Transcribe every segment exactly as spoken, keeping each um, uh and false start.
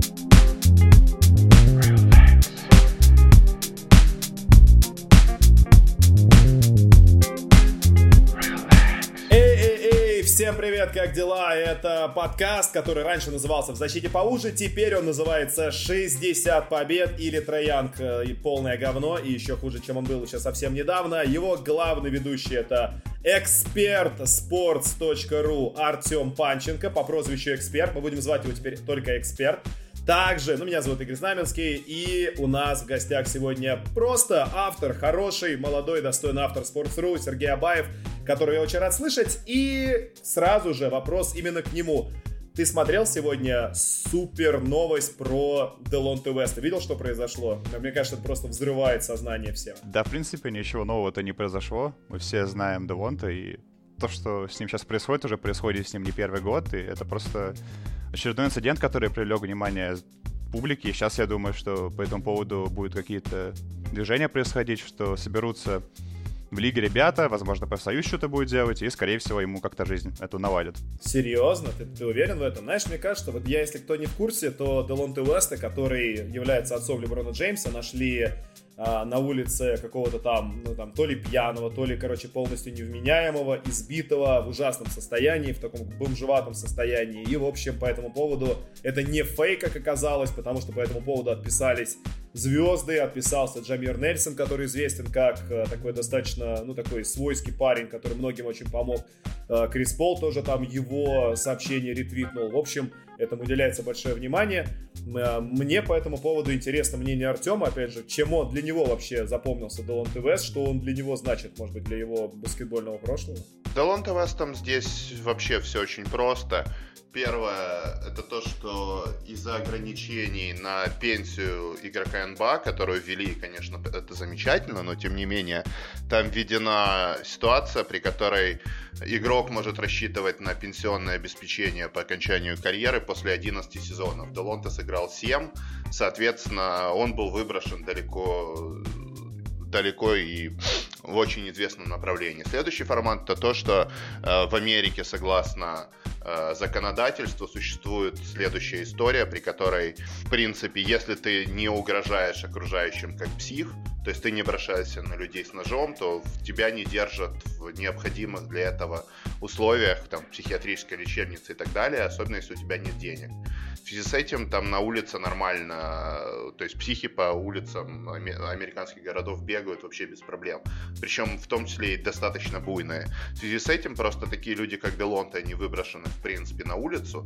Всем привет, как дела? Это подкаст, который раньше назывался «В защите поуже», теперь он называется «шестьдесят побед» или «Троянг» и полное говно, и еще хуже, чем он был еще совсем недавно. Его главный ведущий — это эксперт спортс точка ру Артем Панченко по прозвищу Эксперт. Мы будем звать его теперь только Эксперт. Также, ну, меня зовут Игорь Знаменский, и у нас в гостях сегодня просто автор, хороший, молодой, достойный автор спортс точка ру Сергей Абаев, который я очень рад слышать. И сразу же вопрос именно к нему. Ты смотрел сегодня супер новость про Делонте Уэста? Видел, что произошло? Мне кажется, это просто взрывает сознание всем. Да, в принципе, ничего нового-то не произошло. Мы все знаем Делонте, и то, что с ним сейчас происходит, уже происходит с ним не первый год, и это просто очередной инцидент, который привлек внимание публики. И сейчас я думаю, что по этому поводу будут какие-то движения происходить, что соберутся в лиге ребята, возможно, профсоюз что-то будет делать, и, скорее всего, ему как-то жизнь эту наладит. Серьезно? Ты, ты уверен в этом? Знаешь, мне кажется, вот я, если кто не в курсе, то Делонте Уэста, который является отцом Леброна Джеймса, нашли а, на улице какого-то там, ну там, то ли пьяного, то ли, короче, полностью невменяемого, избитого, в ужасном состоянии, в таком бомжеватом состоянии. И, в общем, по этому поводу это не фейк, как оказалось, потому что по этому поводу отписались звезды, отписался Джамир Нельсон, который известен как э, такой достаточно, ну, такой свойский парень, который многим очень помог. Э, Крис Пол тоже там его сообщение ретвитнул. В общем, этому уделяется большое внимание. Э, мне по этому поводу интересно мнение Артема, опять же, чем он для него вообще запомнился Делонте Уэст, что он для него значит, может быть, для его баскетбольного прошлого? Делонте Уэстом здесь вообще все очень просто. Первое, это то, что из-за ограничений на пенсию игрока эн би эй, которую ввели, конечно, это замечательно, но тем не менее, там введена ситуация, при которой игрок может рассчитывать на пенсионное обеспечение по окончанию карьеры после одиннадцати сезонов. Делонте сыграл семь, соответственно, он был выброшен далеко... далеко и в очень известном направлении. Следующий формат — это то, что э, в Америке, согласно э, законодательству, существует следующая история, при которой, в принципе, если ты не угрожаешь окружающим как псих, то есть ты не бросаешься на людей с ножом, то тебя не держат в необходимых для этого условиях, там, психиатрической лечебницы и так далее, особенно если у тебя нет денег. В связи с этим там на улице нормально, то есть психи по улицам американских городов бегают вообще без проблем. Причем в том числе и достаточно буйные. В связи с этим просто такие люди, как Делонте, они выброшены в принципе на улицу.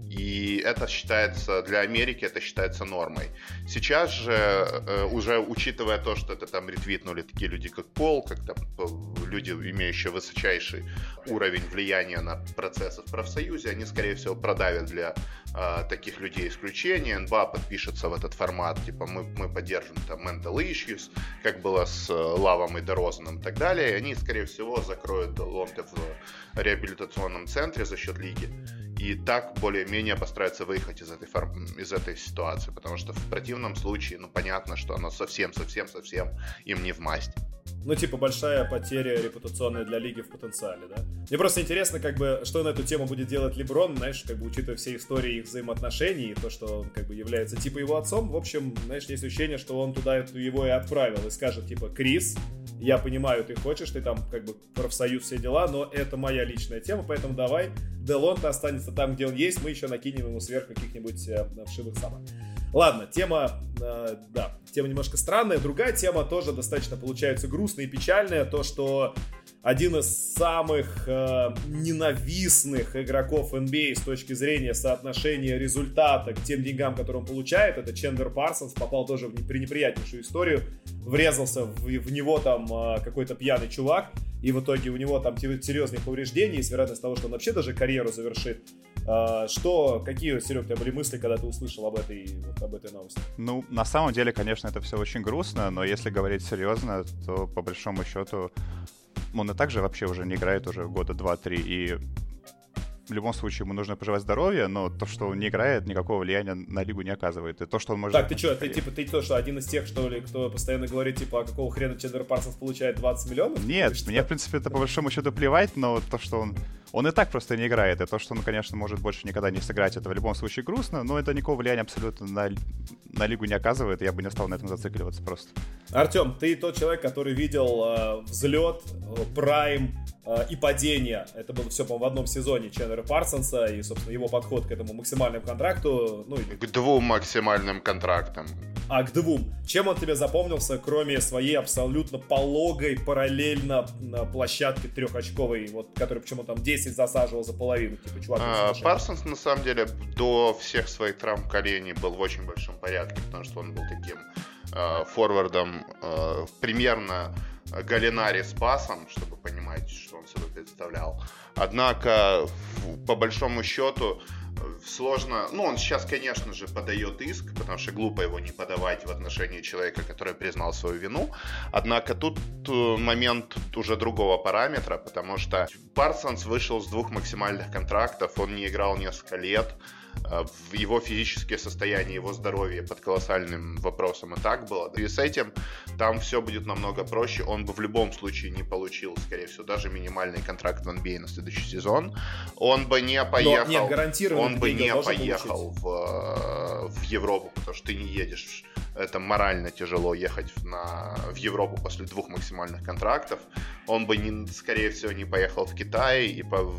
И это считается, для Америки это считается нормой. Сейчас же, уже учитывая то, что это там ретвитнули такие люди, как Пол, как там люди, имеющие высочайший уровень влияния на процессы в профсоюзе, они, скорее всего, продавят для э, таких людей исключения. эн би эй подпишется в этот формат, типа мы, мы поддержим там mental issues, как было с э, Лавом и Дерозаном и так далее. И они, скорее всего, закроют Делонте в реабилитационном центре за счет лиги. И так более-менее постараются выехать из этой, форм... из этой ситуации, потому что в противном случае, ну, понятно, что оно совсем-совсем-совсем им не в масть. Ну, типа, большая потеря репутационная для лиги в потенциале, да? Мне просто интересно, как бы, что на эту тему будет делать Леброн, знаешь, как бы, учитывая все истории их взаимоотношений, и то, что он, как бы, является, типа, его отцом. В общем, знаешь, есть ощущение, что он туда его и отправил, и скажет, типа, Крис, я понимаю, ты хочешь, ты там, как бы, профсоюз, все дела, но это моя личная тема, поэтому давай, Делонте останется там, где он есть, мы еще накинем ему сверху каких-нибудь э, вшивых самок. Ладно, тема, э, да, тема немножко странная. Другая тема тоже достаточно получается грустная и печальная. То, что один из самых э, ненавистных игроков эн би эй с точки зрения соотношения результата к тем деньгам, которые он получает, это Чендлер Парсонс, попал тоже в пренеприятнейшую историю. Врезался в, в него там э, какой-то пьяный чувак, и в итоге у него там серьезные повреждения, есть вероятность того, что он вообще даже карьеру завершит. Uh, что, какие, Серег, у тебя были мысли, когда ты услышал об этой, вот, об этой новости? Ну, на самом деле, конечно, это все очень грустно, но если говорить серьезно, то по большому счету он и так же вообще уже не играет уже года два-три, и в любом случае ему нужно пожелать здоровья, но то, что он не играет, никакого влияния на лигу не оказывает. И то, что он может... Так, ты что, ты типа ты то, что один из тех, что ли, кто постоянно говорит, типа, а какого хрена Чендлер Парсонс получает двадцать миллионов? Нет, мне, в принципе, это по большому счету плевать, но то, что он... Он и так просто не играет, и то, что он, конечно, может больше никогда не сыграть, это в любом случае грустно, но это никакого влияния абсолютно на, на лигу не оказывает, я бы не стал на этом зацикливаться просто. Артем, ты тот человек, который видел э, взлет, э, прайм э, и падение. Это было все, по-моему, в одном сезоне Чендлера Парсонса и, собственно, его подход к этому максимальному контракту. Ну, или... К двум максимальным контрактам. А, к двум. Чем он тебе запомнился, кроме своей абсолютно пологой, параллельно на площадке трехочковой, вот, который почему-то там десять засаживал за половину, типа, чувак. А, Парсонс, на самом деле, до всех своих травм коленей был в очень большом порядке, потому что он был таким э, форвардом э, примерно Галинари с пасом, чтобы понимать, что он собой представлял. Однако, по большому счету, сложно, ну, он сейчас, конечно же, подает иск, потому что глупо его не подавать в отношении человека, который признал свою вину. Однако тут момент уже другого параметра, потому что Парсонс вышел с двух максимальных контрактов, он не играл несколько лет, его физическое состояние, его здоровье под колоссальным вопросом и так было. И с этим там все будет намного проще. Он бы в любом случае не получил, скорее всего, даже минимальный контракт в эн би эй на следующий сезон. Он бы не поехал. Но, нет, гарантированно он бы не поехал в, в Европу, потому что ты не едешь. Это морально тяжело ехать на, в Европу после двух максимальных контрактов. Он бы, не, скорее всего, не поехал в Китай и по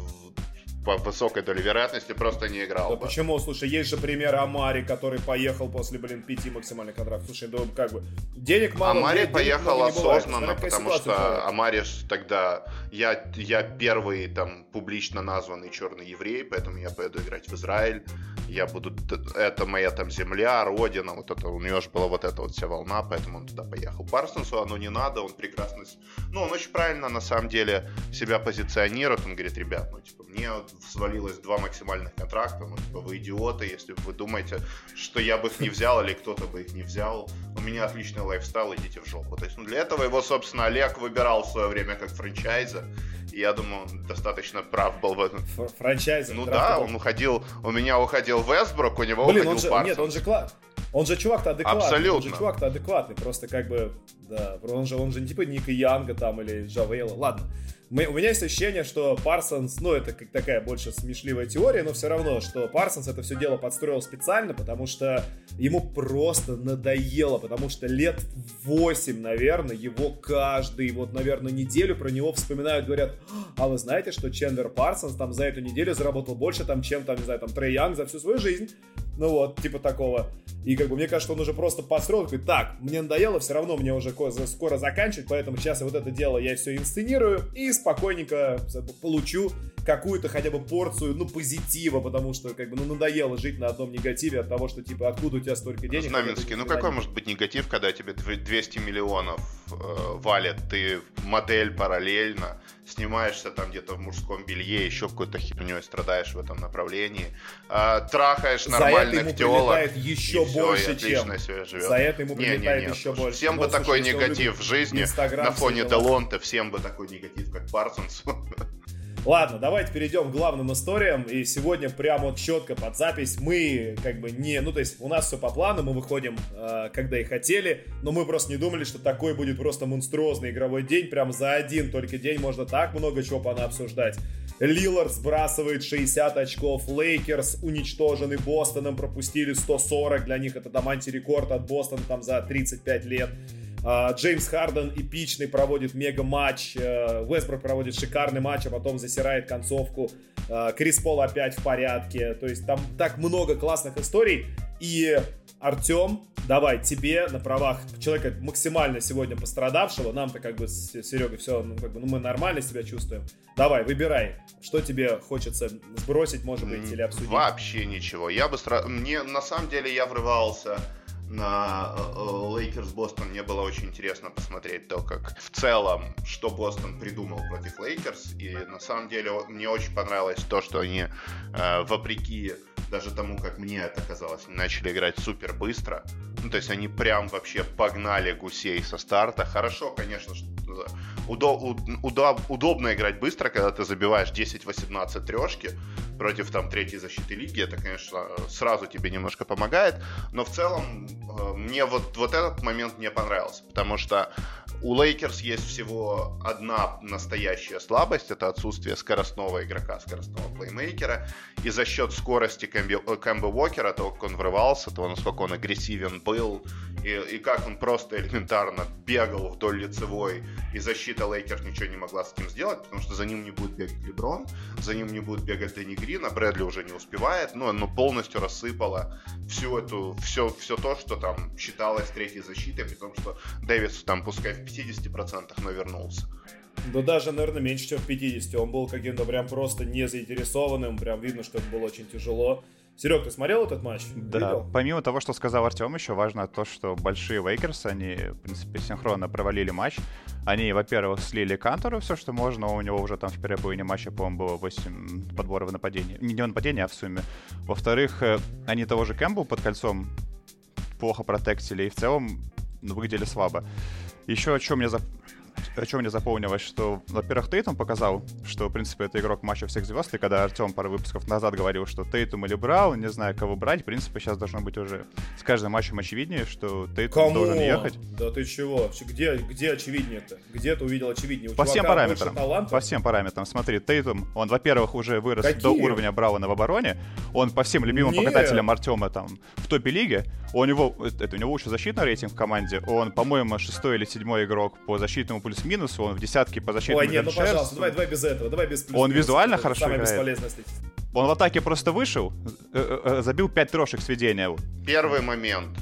по высокой доле вероятности просто не играл да бы. Почему? Слушай, есть же пример Амари, который поехал после, блин, пяти максимальных контрактов. Слушай, да как бы денег мало. Амари денег поехал осознанно, бывает, потому что Амари тогда... Я, я первый там публично названный черный еврей, поэтому я поеду играть в Израиль. Я буду... Это моя там земля, родина. Вот это, у него же была вот эта вот вся волна, поэтому он туда поехал. Парсонсу оно не надо, он прекрасно... Ну, он очень правильно, на самом деле, себя позиционирует. Он говорит, ребят, ну, типа, мне свалилось два максимальных контракта, ну, типа, вы идиоты, если вы думаете, что я бы их не взял или кто-то бы их не взял. У меня отличный лайфстайл, идите в жопу. То есть, ну, для этого его, собственно, Олег выбирал в свое время как франчайза. И я думаю, он достаточно прав был в этом. Франчайзер. Ну да, он уходил, у меня уходил Вестбрук, у него Блин, уходил он же, Парсонс. нет, он же класс. Он же чувак-то адекватный. Абсолютно. Он же чувак-то адекватный. Просто как бы, да, он же, он же не типа Ника Янга там или Джавейла. Ладно. Мы, у меня есть ощущение, что Парсонс, ну, это как такая больше смешливая теория, но все равно, что Парсонс это все дело подстроил специально, потому что ему просто надоело, потому что лет восемь, наверное, его каждый, вот, наверное, неделю про него вспоминают, говорят, а вы знаете, что Чендлер Парсонс там за эту неделю заработал больше, там, чем, там, не знаю, там, Трей Янг за всю свою жизнь. Ну вот, типа такого. И как бы мне кажется, он уже просто построил, такой, так, мне надоело, все равно мне уже скоро заканчивать, поэтому сейчас я вот это дело, я все инсценирую и спокойненько получу какую-то хотя бы порцию, ну, позитива, потому что, как бы, ну, надоело жить на одном негативе от того, что, типа, откуда у тебя столько денег. Знаменский, ну какой может быть негатив, когда тебе двести миллионов э, валят, ты модель параллельно, снимаешься там где-то в мужском белье, еще какой-то херней страдаешь в этом направлении, э, трахаешь нормальных телок, еще и больше, все, и чем. За это ему прилетает не, не, еще больше. Всем вот, бы такой слушай, негатив в жизни, Инстаграм, на фоне Делонте, всем бы такой негатив, как Парсонсу. Ладно, давайте перейдем к главным историям. И сегодня прямо вот четко под запись мы как бы не... Ну, то есть у нас все по плану, мы выходим, э, когда и хотели. Но мы просто не думали, что такой будет просто монструозный игровой день. Прям за один только день можно так много чего понаобсуждать. Лиллард сбрасывает шестьдесят очков. Лейкерс уничтожены Бостоном, пропустили сто сорок. Для них это там антирекорд от Бостона там за тридцать пять лет. Uh, Джеймс Харден эпичный проводит мега-матч, uh, Уэстбрук проводит шикарный матч, а потом засирает концовку, uh, Крис Пол опять в порядке, то есть там так много классных историй. И, Артем, давай, тебе на правах человека максимально сегодня пострадавшего, нам-то как бы с Серегой все, ну, как бы, ну, мы нормально себя чувствуем, давай, выбирай, что тебе хочется сбросить, может быть, или обсудить. Вообще ничего, я бы сразу, мне на самом деле я врывался на Лейкерс Бостон, мне было очень интересно посмотреть то, как в целом, что Бостон придумал против Лейкерс, и на самом деле мне очень понравилось то, что они, э, вопреки даже тому, как мне это казалось, начали играть супер быстро, ну, то есть они прям вообще погнали гусей со старта. Хорошо, конечно, удо- удо- удобно играть быстро, когда ты забиваешь десять-восемнадцать трешки, против там третьей защиты лиги, это, конечно, сразу тебе немножко помогает, но в целом мне вот, вот этот момент не понравился, потому что у Лейкерс есть всего одна настоящая слабость, это отсутствие скоростного игрока, скоростного плеймейкера, и за счет скорости Кэмби Уокера, то, как он врывался, то, насколько он агрессивен был, и, и как он просто элементарно бегал вдоль лицевой, и защита Лейкерс ничего не могла с этим сделать, потому что за ним не будет бегать Леброн, за ним не будет бегать Дэнни Грин, а Брэдли уже не успевает, ну, оно полностью рассыпало всю эту, все, все то, что там считалось третьей защитой, при том, что Дэвис там, пускай в пятидесяти процентах, но вернулся. Да даже, наверное, меньше, чем в пятидесяти. Он был каким-то прям просто не заинтересованным, прям видно, что это было очень тяжело. Серег, ты смотрел этот матч? Да, Видел? Помимо того, что сказал Артем, еще важно то, что большие Лейкерс, они, в принципе, синхронно провалили матч. Они, во-первых, слили Кантору все, что можно. У него уже там в первой половине матча, по-моему, было восемь подборов в нападении. Не в нападении, а в сумме. Во-вторых, они того же Кэмпбелл под кольцом плохо протектили и в целом выглядели слабо. Еще о чем мне зап... о чем мне запомнилось, что, во-первых, Тейтум показал, что, в принципе, это игрок матча всех звезд, и когда Артем пару выпусков назад говорил, что Тейтум или Браун, не знаю, кого брать, в принципе, сейчас должно быть уже с каждым матчем очевиднее, что Тейтум Кому? должен ехать. Да ты чего? Где, где очевиднее-то? Где ты увидел очевиднее? У По всем параметрам. Таланта? По всем параметрам. Смотри, Тейтум, он, во-первых, уже вырос Какие? до уровня Брауна в обороне, он по всем любимым Нет. показателям Артема там в топе лиги, у него, это у него лучший защитный рейтинг в команде, он, по-моему, шестой или седьмой игрок по защитному плюс-минусу, он в десятке по защитному. Ой, нет, ну финшерству. пожалуйста, давай, давай без этого, давай без плюс-минуса. Он визуально Это хорошо самая играет. бесполезная статистика. Он в атаке просто вышел, э, э, забил пять трошек с ведения. Первый момент.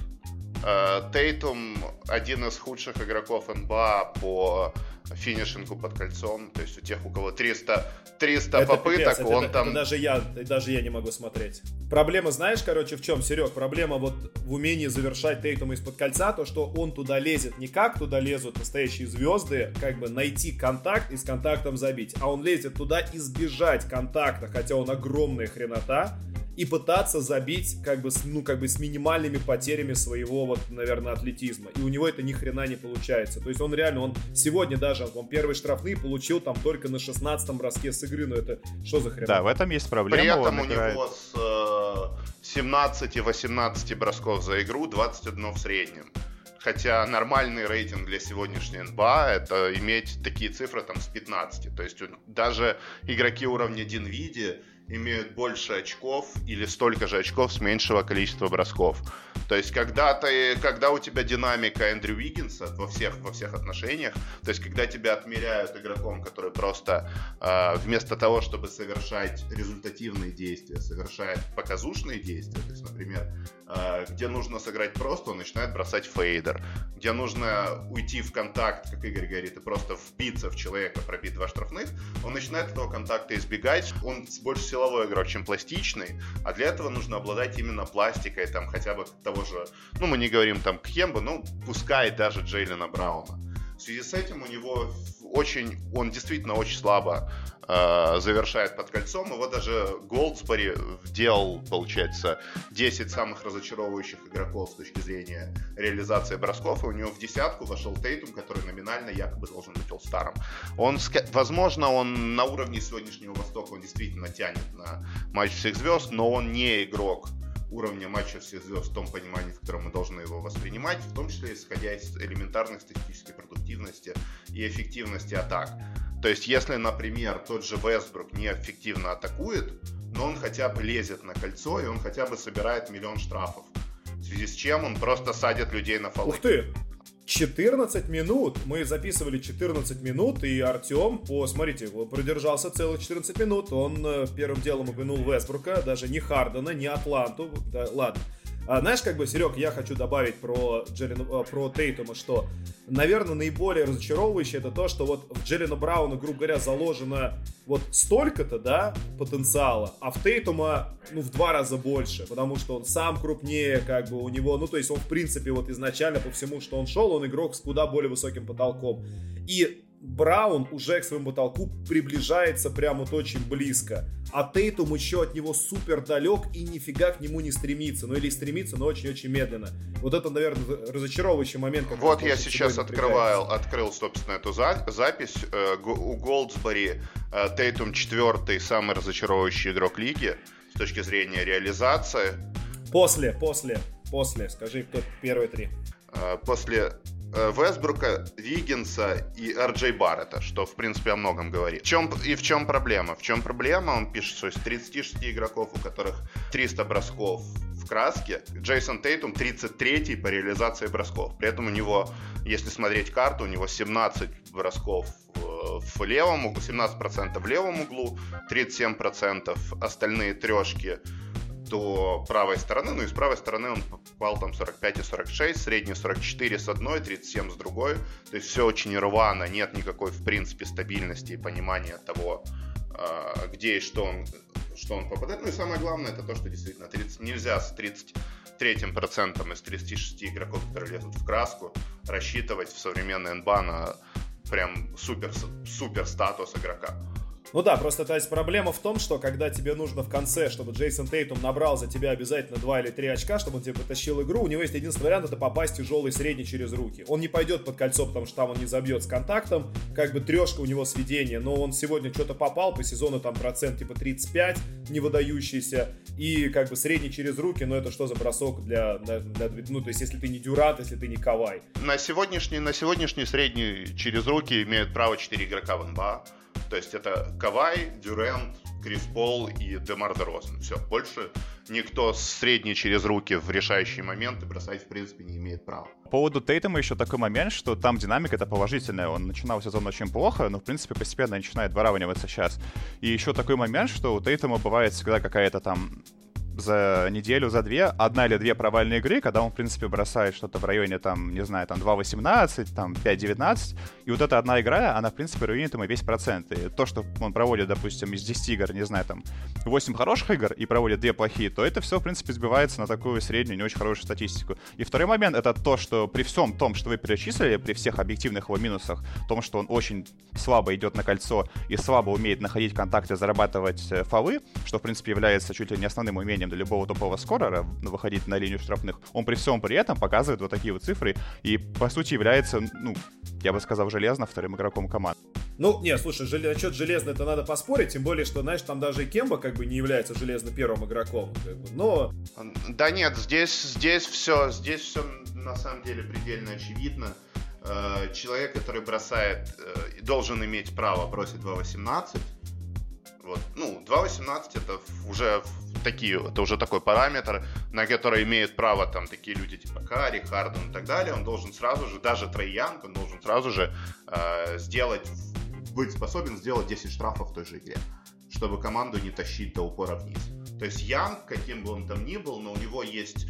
Э, Тейтум один из худших игроков эн би эй по финишингу под кольцом. То есть у тех, у кого триста, триста Это попыток, пипец, он это, там... Это даже я, даже я не могу смотреть. Проблема, знаешь, короче, в чем, Серег? Проблема вот в умении завершать Тейтума из-под кольца, то, что он туда лезет не как туда лезут настоящие звезды, как бы найти контакт и с контактом забить, а он лезет туда избежать контакта, хотя он огромная хренота, и пытаться забить как бы, с, ну, как бы с минимальными потерями своего, вот, наверное, атлетизма. И у него это ни хрена не получается. То есть он реально, он сегодня даже, он первые штрафные получил там только на шестнадцатом броске с игры. Ну это что за хрена? Да, в этом есть проблема. При этом он у играет... него с э, семнадцати-восемнадцати бросков за игру двадцать один в среднем. Хотя нормальный рейтинг для сегодняшней эн би эй это иметь такие цифры там с пятнадцати. То есть даже игроки уровня Динвиди имеют больше очков или столько же очков с меньшего количества бросков. То есть, когда, ты, когда у тебя динамика Эндрю Уиггинса во всех, во всех отношениях, то есть, когда тебя отмеряют игроком, который просто э, вместо того, чтобы совершать результативные действия, совершает показушные действия, то есть, например, э, где нужно сыграть просто, он начинает бросать фейдер, где нужно уйти в контакт, как Игорь говорит, и просто вбиться в человека, пробить два штрафных, он начинает этого контакта избегать, он больше силовой игрок, чем пластичный, а для этого нужно обладать именно пластикой, там, хотя бы того же, ну, мы не говорим там Кхембо, ну, пускай даже Джейлена Брауна. В связи с этим у него очень, он действительно очень слабо э, завершает под кольцом. Его даже Голдсбери делал, получается, десять самых разочаровывающих игроков с точки зрения реализации бросков, и у него в десятку вошел Тейтум, который номинально якобы должен быть олл-старом. Он, возможно, он на уровне сегодняшнего Востока, он действительно тянет на матч всех звезд, но он не игрок уровня матча всех звезд в том понимании, в котором мы должны его воспринимать, в том числе исходя из элементарной статистической продуктивности и эффективности атак. То есть, если, например, тот же Вестбрук неэффективно атакует, но он хотя бы лезет на кольцо, и он хотя бы собирает миллион штрафов, в связи с чем он просто садит людей на фолы. Ух ты! четырнадцать минут. Мы записывали четырнадцать минут, и Артем, по, смотрите, продержался целых четырнадцать минут. Он э, первым делом упомянул Вестбрука, даже не Хардена, не Атланту. Да, ладно. А, знаешь, как бы, Серег, я хочу добавить про, Джеллен, про Тейтума, что, наверное, наиболее разочаровывающее это то, что вот в Джейлену Брауну, грубо говоря, заложено вот столько-то, да, потенциала, а в Тейтума, ну, в два раза больше, потому что он сам крупнее, как бы, у него, ну, то есть он, в принципе, вот изначально по всему, что он шел, он игрок с куда более высоким потолком. И Браун уже к своему потолку приближается прям вот очень близко. А Тейтум еще от него супер далек и нифига к нему не стремится. Ну или стремится, но очень-очень медленно. Вот это, наверное, разочаровывающий момент. Вот я сейчас открываю, открыл, собственно, эту за- запись. Э, у Голдсбери э, Тейтум четвертый самый разочаровывающий игрок лиги с точки зрения реализации. После, после, после. Скажи, кто первые три. Э, после... Вестбрука, Виггинса и Ар Джей Барретта, что, в принципе, о многом говорит. В чем, и в чем проблема? В чем проблема? Он пишет, что из тридцати шести игроков, у которых триста бросков в краске, Джейсон Тейтум тридцать третий по реализации бросков. При этом у него, если смотреть карту, у него семнадцать бросков в левом углу, семнадцать процентов в левом углу, тридцать семь процентов остальные трешки до правой стороны, ну и с правой стороны он попал там сорок пять и сорок шесть, средний сорок четыре с одной, тридцать семь с другой, то есть все очень рвано, нет никакой в принципе стабильности и понимания того, где и что он, что он попадает. Ну и самое главное это то, что действительно тридцать, нельзя с тридцать третьим процентом из тридцати шести игроков, которые лезут в краску, рассчитывать в современной эн би эй на прям супер, супер статус игрока. Ну да, просто то есть проблема в том, что когда тебе нужно в конце, чтобы Джейсон Тейтум набрал за тебя обязательно два или три очка, чтобы он тебе потащил игру, у него есть единственный вариант, это попасть тяжелый средний через руки. Он не пойдет под кольцо, потому что там он не забьет с контактом, как бы трешка у него сведение, но он сегодня что-то попал, по сезону там процент типа тридцать пять, не выдающийся, и как бы средний через руки, но это что за бросок для, для, для ну то есть если ты не Дюрант, если ты не Кавай. На сегодняшний, на сегодняшний средний через руки имеют право четыре игрока в эн би эй. То есть это Кавай, Дюрант, Крис Пол и Демар Дерозан. Все, больше никто средний через руки в решающие моменты бросать в принципе не имеет права. По поводу Тейтума еще такой момент, что там динамика это положительная. Он начинал сезон очень плохо, но в принципе постепенно начинает выравниваться сейчас. И еще такой момент, что у Тейтума бывает всегда какая-то там за неделю, за две, одна или две провальные игры, когда он, в принципе, бросает что-то в районе, там, не знаю, там, два восемнадцать, там, пять девятнадцать, и вот эта одна игра, она, в принципе, руинит ему весь процент. И то, что он проводит, допустим, из десяти игр, не знаю, там, восемь хороших игр и проводит две плохие, то это все, в принципе, сбивается на такую среднюю, не очень хорошую статистику. И второй момент — это то, что при всем том, что вы перечислили, при всех объективных его минусах, том, что он очень слабо идет на кольцо и слабо умеет находить контакты, зарабатывать фолы, что, в принципе, является чуть ли не основным умением для любого топового скорера выходить на линию штрафных, он при всем при этом показывает вот такие вот цифры и, по сути, является, ну, я бы сказал, железно вторым игроком команды. Ну, не, слушай, жел... насчет железно это надо поспорить, тем более, что, знаешь, там даже и Кемба как бы не является железно первым игроком, как бы, но... Да нет, здесь, здесь все, здесь все на самом деле предельно очевидно. Человек, который бросает, должен иметь право бросить два восемнадцать. Вот. Ну, два восемнадцать это уже такие, это уже такой параметр, на который имеют право там такие люди типа Карри, Харден и так далее. Он должен сразу же, даже Трей Янг, он должен сразу же э, сделать, быть способен сделать десять штрафов в той же игре, чтобы команду не тащить до упора вниз. То есть Янг, каким бы он там ни был, но у него есть,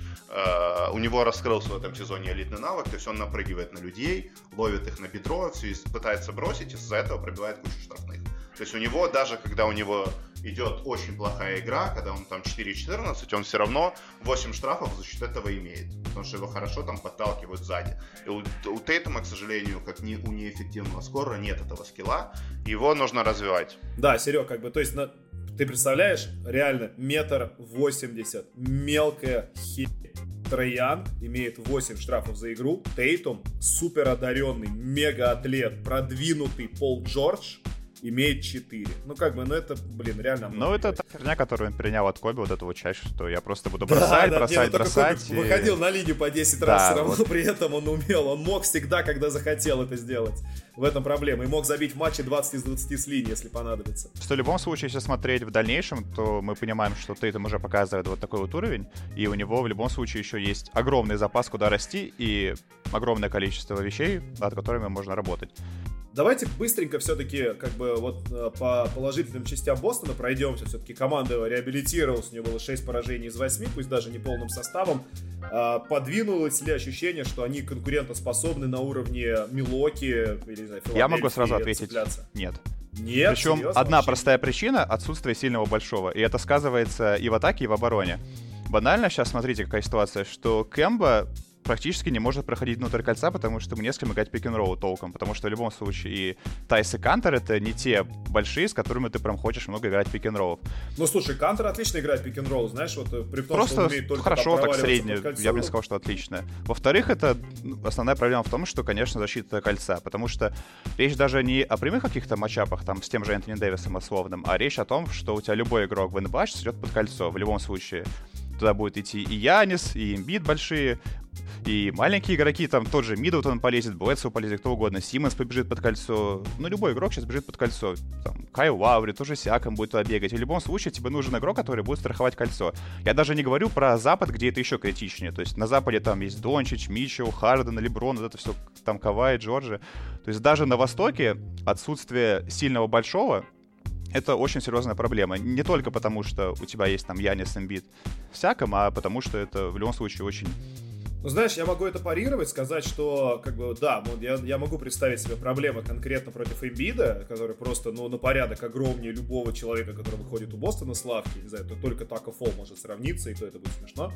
э, у него раскрылся в этом сезоне элитный навык, то есть он напрыгивает на людей, ловит их на бедро, все пытается бросить, из-за этого пробивает кучу штрафных. То есть у него, даже когда у него идет очень плохая игра, когда он там четыре четырнадцать, он все равно восемь штрафов за счет этого имеет, потому что его хорошо там подталкивают сзади. И у, у Тейтума, к сожалению, как не, у неэффективного скорера нет этого скилла, его нужно развивать. Да, Серег, как бы, то есть на... ты представляешь, реально, метр восемьдесят, мелкая херь. Трей Янг имеет восемь штрафов за игру, Тейтум, супер одаренный, мега атлет, продвинутый Пол Джордж, имеет четыре. Ну, как бы, ну это, блин, реально... Ну, это та херня, которую он перенял от Коби, вот эту вот часть, что я просто буду бросать, да, бросать, да, бросать. Коби и... выходил на линию по десять да, раз, все равно вот. При этом он умел. Он мог всегда, когда захотел это сделать. В этом проблема. И мог забить в матче двадцать из двадцати с линии, если понадобится. Что в любом случае, если смотреть в дальнейшем, то мы понимаем, что Тейтум уже показывает вот такой вот уровень, и у него в любом случае еще есть огромный запас, куда расти, и огромное количество вещей, над которыми можно работать. Давайте быстренько все-таки как бы вот по положительным частям Бостона пройдемся. Все-таки команда реабилитировалась, у нее было шесть поражений из восьми, пусть даже не полным составом. Подвинулось ли ощущение, что они конкурентоспособны на уровне Милуоки или, не знаю, Филадельфии? Я могу сразу ответить цепляться? Нет. Нет? Причем серьезно? одна Вообще? простая причина — отсутствие сильного большого. И это сказывается и в атаке, и в обороне. Банально сейчас смотрите, какая ситуация, что Кемба практически не может проходить внутрь кольца, потому что ему не с кем играть пик-н-ролл толком, потому что в любом случае и Тайс и Кантер — это не те большие, с которыми ты прям хочешь много играть пик-н-роллов. Ну, слушай, Кантер отлично играет пик-н-ролл, знаешь, вот при том, просто что он умеет только хорошо, так средне, я бы не кольцо. сказал, что отлично. Во-вторых, это основная проблема в том, что, конечно, защита кольца, потому что речь даже не о прямых каких-то матчапах, там, с тем же Энтони Дэвисом условным, а речь о том, что у тебя любой игрок в эн би эй идет под кольцо, в любом случае. Туда будет идти и Янис, и Эмбит большие, и маленькие игроки, там тот же Миддлтон полезет, Блэдсоу полезет, кто угодно, Симмонс побежит под кольцо. Ну, любой игрок сейчас бежит под кольцо. Там, Кайл Лаури, тоже Сиакам будет туда бегать. В любом случае тебе нужен игрок, который будет страховать кольцо. Я даже не говорю про Запад, где это еще критичнее. То есть на Западе там есть Дончич, Митчелл, Харден, Леброн, вот это все, там Кавай, Джорджи. То есть даже на Востоке отсутствие сильного большого — это очень серьезная проблема. Не только потому, что у тебя есть там Янис, Эмбит, Сиакам, а потому что это в любом случае очень... Ну, знаешь, я могу это парировать, сказать, что, как бы, да, я, я могу представить себе проблемы конкретно против Эмбида, который просто, ну, на порядок огромнее любого человека, который выходит у Бостона с лавки, не знаю, то только Тако Фолл может сравниться, и то это будет смешно.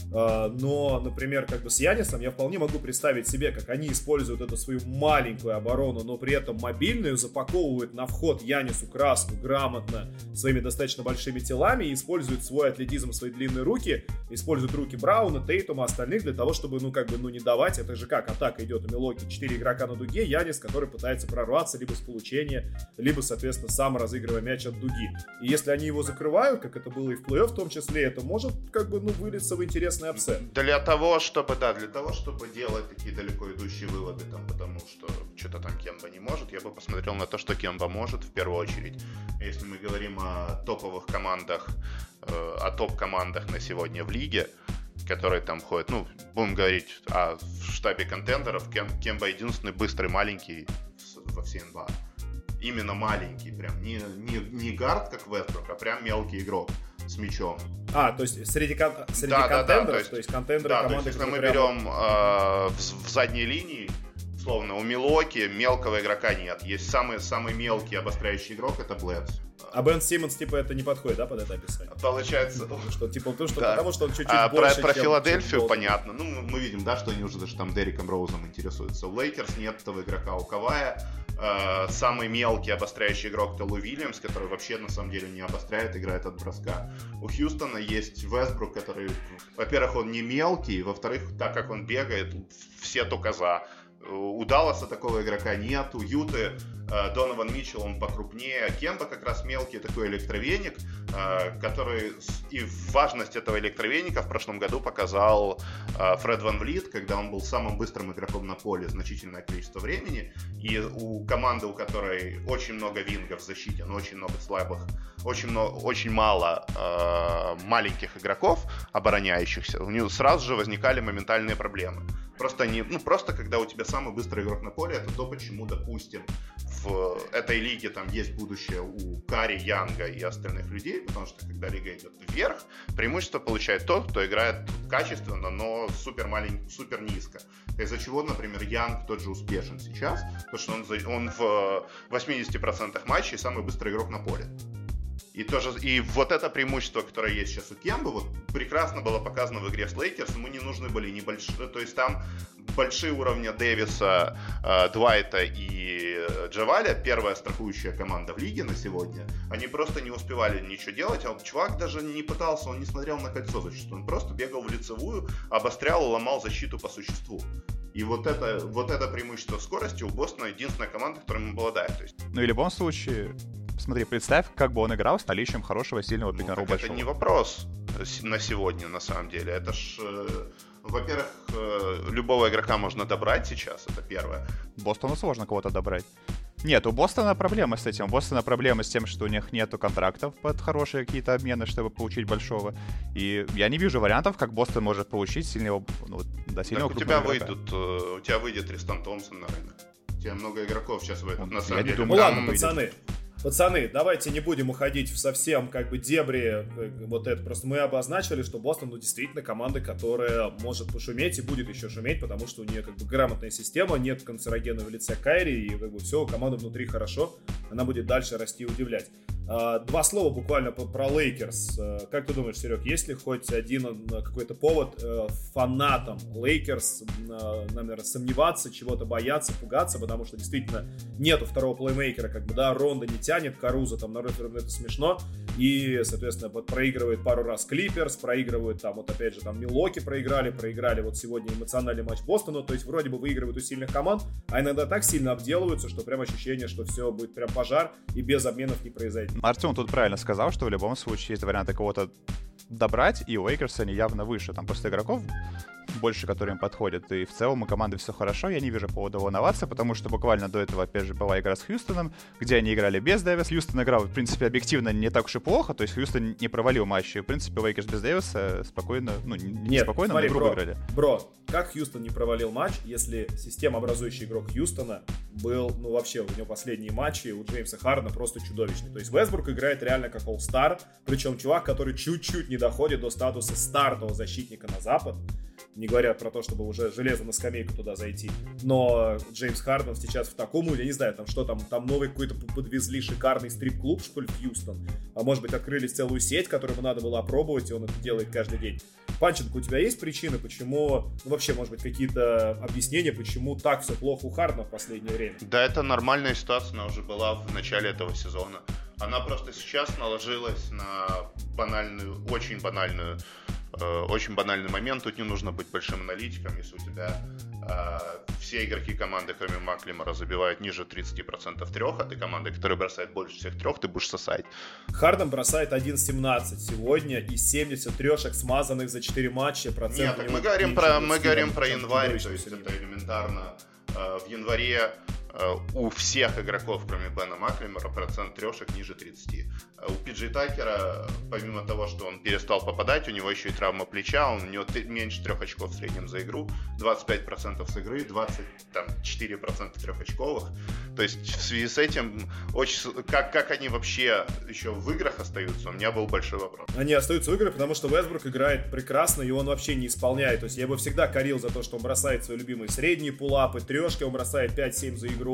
Но, например, как бы с Янисом я вполне могу представить себе, как они используют эту свою маленькую оборону, но при этом мобильную, запаковывают на вход Янису краску грамотно своими достаточно большими телами и используют свой атлетизм, свои длинные руки, используют руки Брауна, Тейтума, остальных для того, чтобы, ну, как бы, ну, не давать. Это же как атака идет у Милоки, четыре игрока на дуге, Янис, который пытается прорваться либо с получения, либо, соответственно, сам разыгрывая мяч от дуги. И если они его закрывают, как это было и в плей-офф в том числе, это может, как бы, ну, вылиться в интересный апсет. Для того, чтобы, да, для того, чтобы делать такие далеко идущие выводы, там, потому что что-то там Кемба не может, я бы посмотрел на то, что Кемба может в первую очередь. Если мы говорим о топовых командах, э, о топ-командах на сегодня в лиге, которые там ходят, ну, будем говорить о штабе контендеров, Кем, Кемба единственный быстрый маленький во всей эн би эй. Именно маленький, прям не, не, не гард, как Вестбрук, а прям мелкий игрок с мячом. А, то есть среди, кон- среди да, контендеров, да, да, то есть, то есть контендеры да, команды, то есть, если мы прямо... берем э, в, в задней линии, словно у Милоки мелкого игрока нет. Есть самый, самый мелкий обостряющий игрок, это Блэдс. А Бен Симмонс, типа, это не подходит, да, под это описание? Получается... Что, типа, потому что, да. потому что он чуть-чуть а, больше, Про, про чем, Филадельфию чем понятно. Ну, мы видим, да, что они уже даже там Дерриком Роузом интересуются. У Лейкерс нет этого игрока, у Кавая. Э, самый мелкий обостряющий игрок — это Лу Уильямс, который вообще, на самом деле, не обостряет, играет от броска. У Хьюстона есть Вестбрук, который, во-первых, он не мелкий, во-вторых, так как он бегает, все только за. У Далласа такого игрока нет, у Юты э, Донован Митчелл, он покрупнее, Кемба как раз мелкий такой электровеник, э, который, и важность этого электровеника в прошлом году показал э, Фред Ван Влит, когда он был самым быстрым игроком на поле значительное количество времени, и у команды, у которой очень много вингов в защите, но очень много слабых, очень, много, очень мало э, маленьких игроков, обороняющихся, у него сразу же возникали моментальные проблемы. Просто, не, ну, просто когда у тебя самый быстрый игрок на поле, это то, почему, допустим, в этой лиге там есть будущее у Карри, Янга и остальных людей, потому что когда лига идет вверх, преимущество получает тот, кто играет качественно, но супер маленько, супер низко. Из-за чего, например, Янг тот же успешен сейчас, потому что он, он в восемьдесят процентов матчей самый быстрый игрок на поле. И, тоже, и вот это преимущество, которое есть сейчас у Кембы, вот прекрасно было показано в игре с Лейкерс. Ему не нужны были небольшие, то есть там большие уровни Дэвиса, э, Дуайта и э, Джаваля, первая страхующая команда в лиге на сегодня, они просто не успевали ничего делать, а вот чувак даже не пытался, он не смотрел на кольцо зачастую, он просто бегал в лицевую, обострял и ломал защиту по существу. И вот это, вот это преимущество в скорости у Бостона единственная команда, которая им обладает. То есть... Ну и в любом случае... Смотри, представь, как бы он играл с наличием хорошего, сильного пик-н-ролла ну, большого. Это не вопрос на сегодня, на самом деле. Это ж, э, во-первых, э, любого игрока можно добрать сейчас, это первое. Бостону сложно кого-то добрать. Нет, у Бостона проблемы с этим. У Бостона проблемы с тем, что у них нету контрактов под хорошие какие-то обмены, чтобы получить большого. И я не вижу вариантов, как Бостон может получить сильного, ну, до сильного так у тебя выйдут, у тебя выйдет Тристан Томпсон на рынок. У тебя много игроков сейчас выйдут, на самом деле. Ну ладно, пацаны. Пацаны, давайте не будем уходить в совсем как бы дебри вот это. Просто мы обозначили, что Бостон, ну, действительно команда, которая может пошуметь и будет еще шуметь, потому что у нее как бы грамотная система, нет канцерогена в лице Кайри, и как бы все, у команды внутри хорошо, она будет дальше расти и удивлять. Два слова буквально про Лейкерс. Как ты думаешь, Серег, есть ли хоть один какой-то повод фанатам Лейкерс, наверное, сомневаться, чего-то бояться, пугаться, потому что действительно нету второго плеймейкера, как бы, да, Ронда не тянет, Карузо там, на Роттердаме это смешно, и, соответственно, вот проигрывает пару раз Клиперс, проигрывают там, вот опять же, там Милоки проиграли, проиграли вот сегодня эмоциональный матч Бостону, то есть вроде бы выигрывают у сильных команд, а иногда так сильно обделываются, что прям ощущение, что все будет прям пожар и без обменов не произойдет. Артем тут правильно сказал, что в любом случае есть варианты кого-то добрать, и у Лейкерс они явно выше. Там просто игроков больше, которые им подходят. И в целом у команды все хорошо, я не вижу повода волноваться, потому что буквально до этого, опять же, была игра с Хьюстоном, где они играли без Дэвиса. Хьюстон играл, в принципе, объективно не так уж и плохо, то есть Хьюстон не провалил матч. И, в принципе, Лейкерс без Дэвиса спокойно, ну, не Нет, спокойно, смотри, но игру бро, выиграли. Бро, как Хьюстон не провалил матч, если системообразующий игрок Хьюстона был, ну, вообще, у него последние матчи у Джеймса Хардена просто чудовищный. То есть Вестбрук играет реально как All-Star, причем чувак, который чуть-чуть не доходит до статуса стартового защитника на Запад. Не говорят про то, чтобы уже железо на скамейку туда зайти. Но Джеймс Харден сейчас в таком, я не знаю, там что там, там новый какой-то подвезли шикарный стрип-клуб, что ли, в Хьюстон. А может быть, открыли целую сеть, которую ему надо было опробовать, и он это делает каждый день. Панченко, у тебя есть причины, почему, ну вообще, может быть, какие-то объяснения, почему так все плохо у Хардена в последнее время? Да, это нормальная ситуация, она уже была в начале этого сезона. Она просто сейчас наложилась на банальную, очень банальную Очень банальный момент, тут не нужно быть большим аналитиком, если у тебя э, все игроки команды, кроме Маклемора, забивают ниже тридцать процентов трех, а ты команда, которая бросает больше всех трех, ты будешь сосать. Харден бросает один семнадцать сегодня и семьдесят трешек смазанных за четыре матча. Нет, так мы говорим про, мы говорим про январь, то есть это элементарно. Э, в январе у всех игроков, кроме Бена Маклемора, процент трешек ниже тридцати. У Пи Джей Такера, помимо того, что он перестал попадать, у него еще и травма плеча, он, у него меньше трех очков в среднем за игру, двадцать пять процентов с игры, двадцать четыре процента трехочковых. То есть в связи с этим, очень, как, как они вообще еще в играх остаются, у меня был большой вопрос. Они остаются в играх, потому что Вестбрук играет прекрасно, и он вообще не исполняет. То есть я его всегда корил за то, что он бросает свои любимые средние пулапы, трешки, он бросает пять-семь за игру.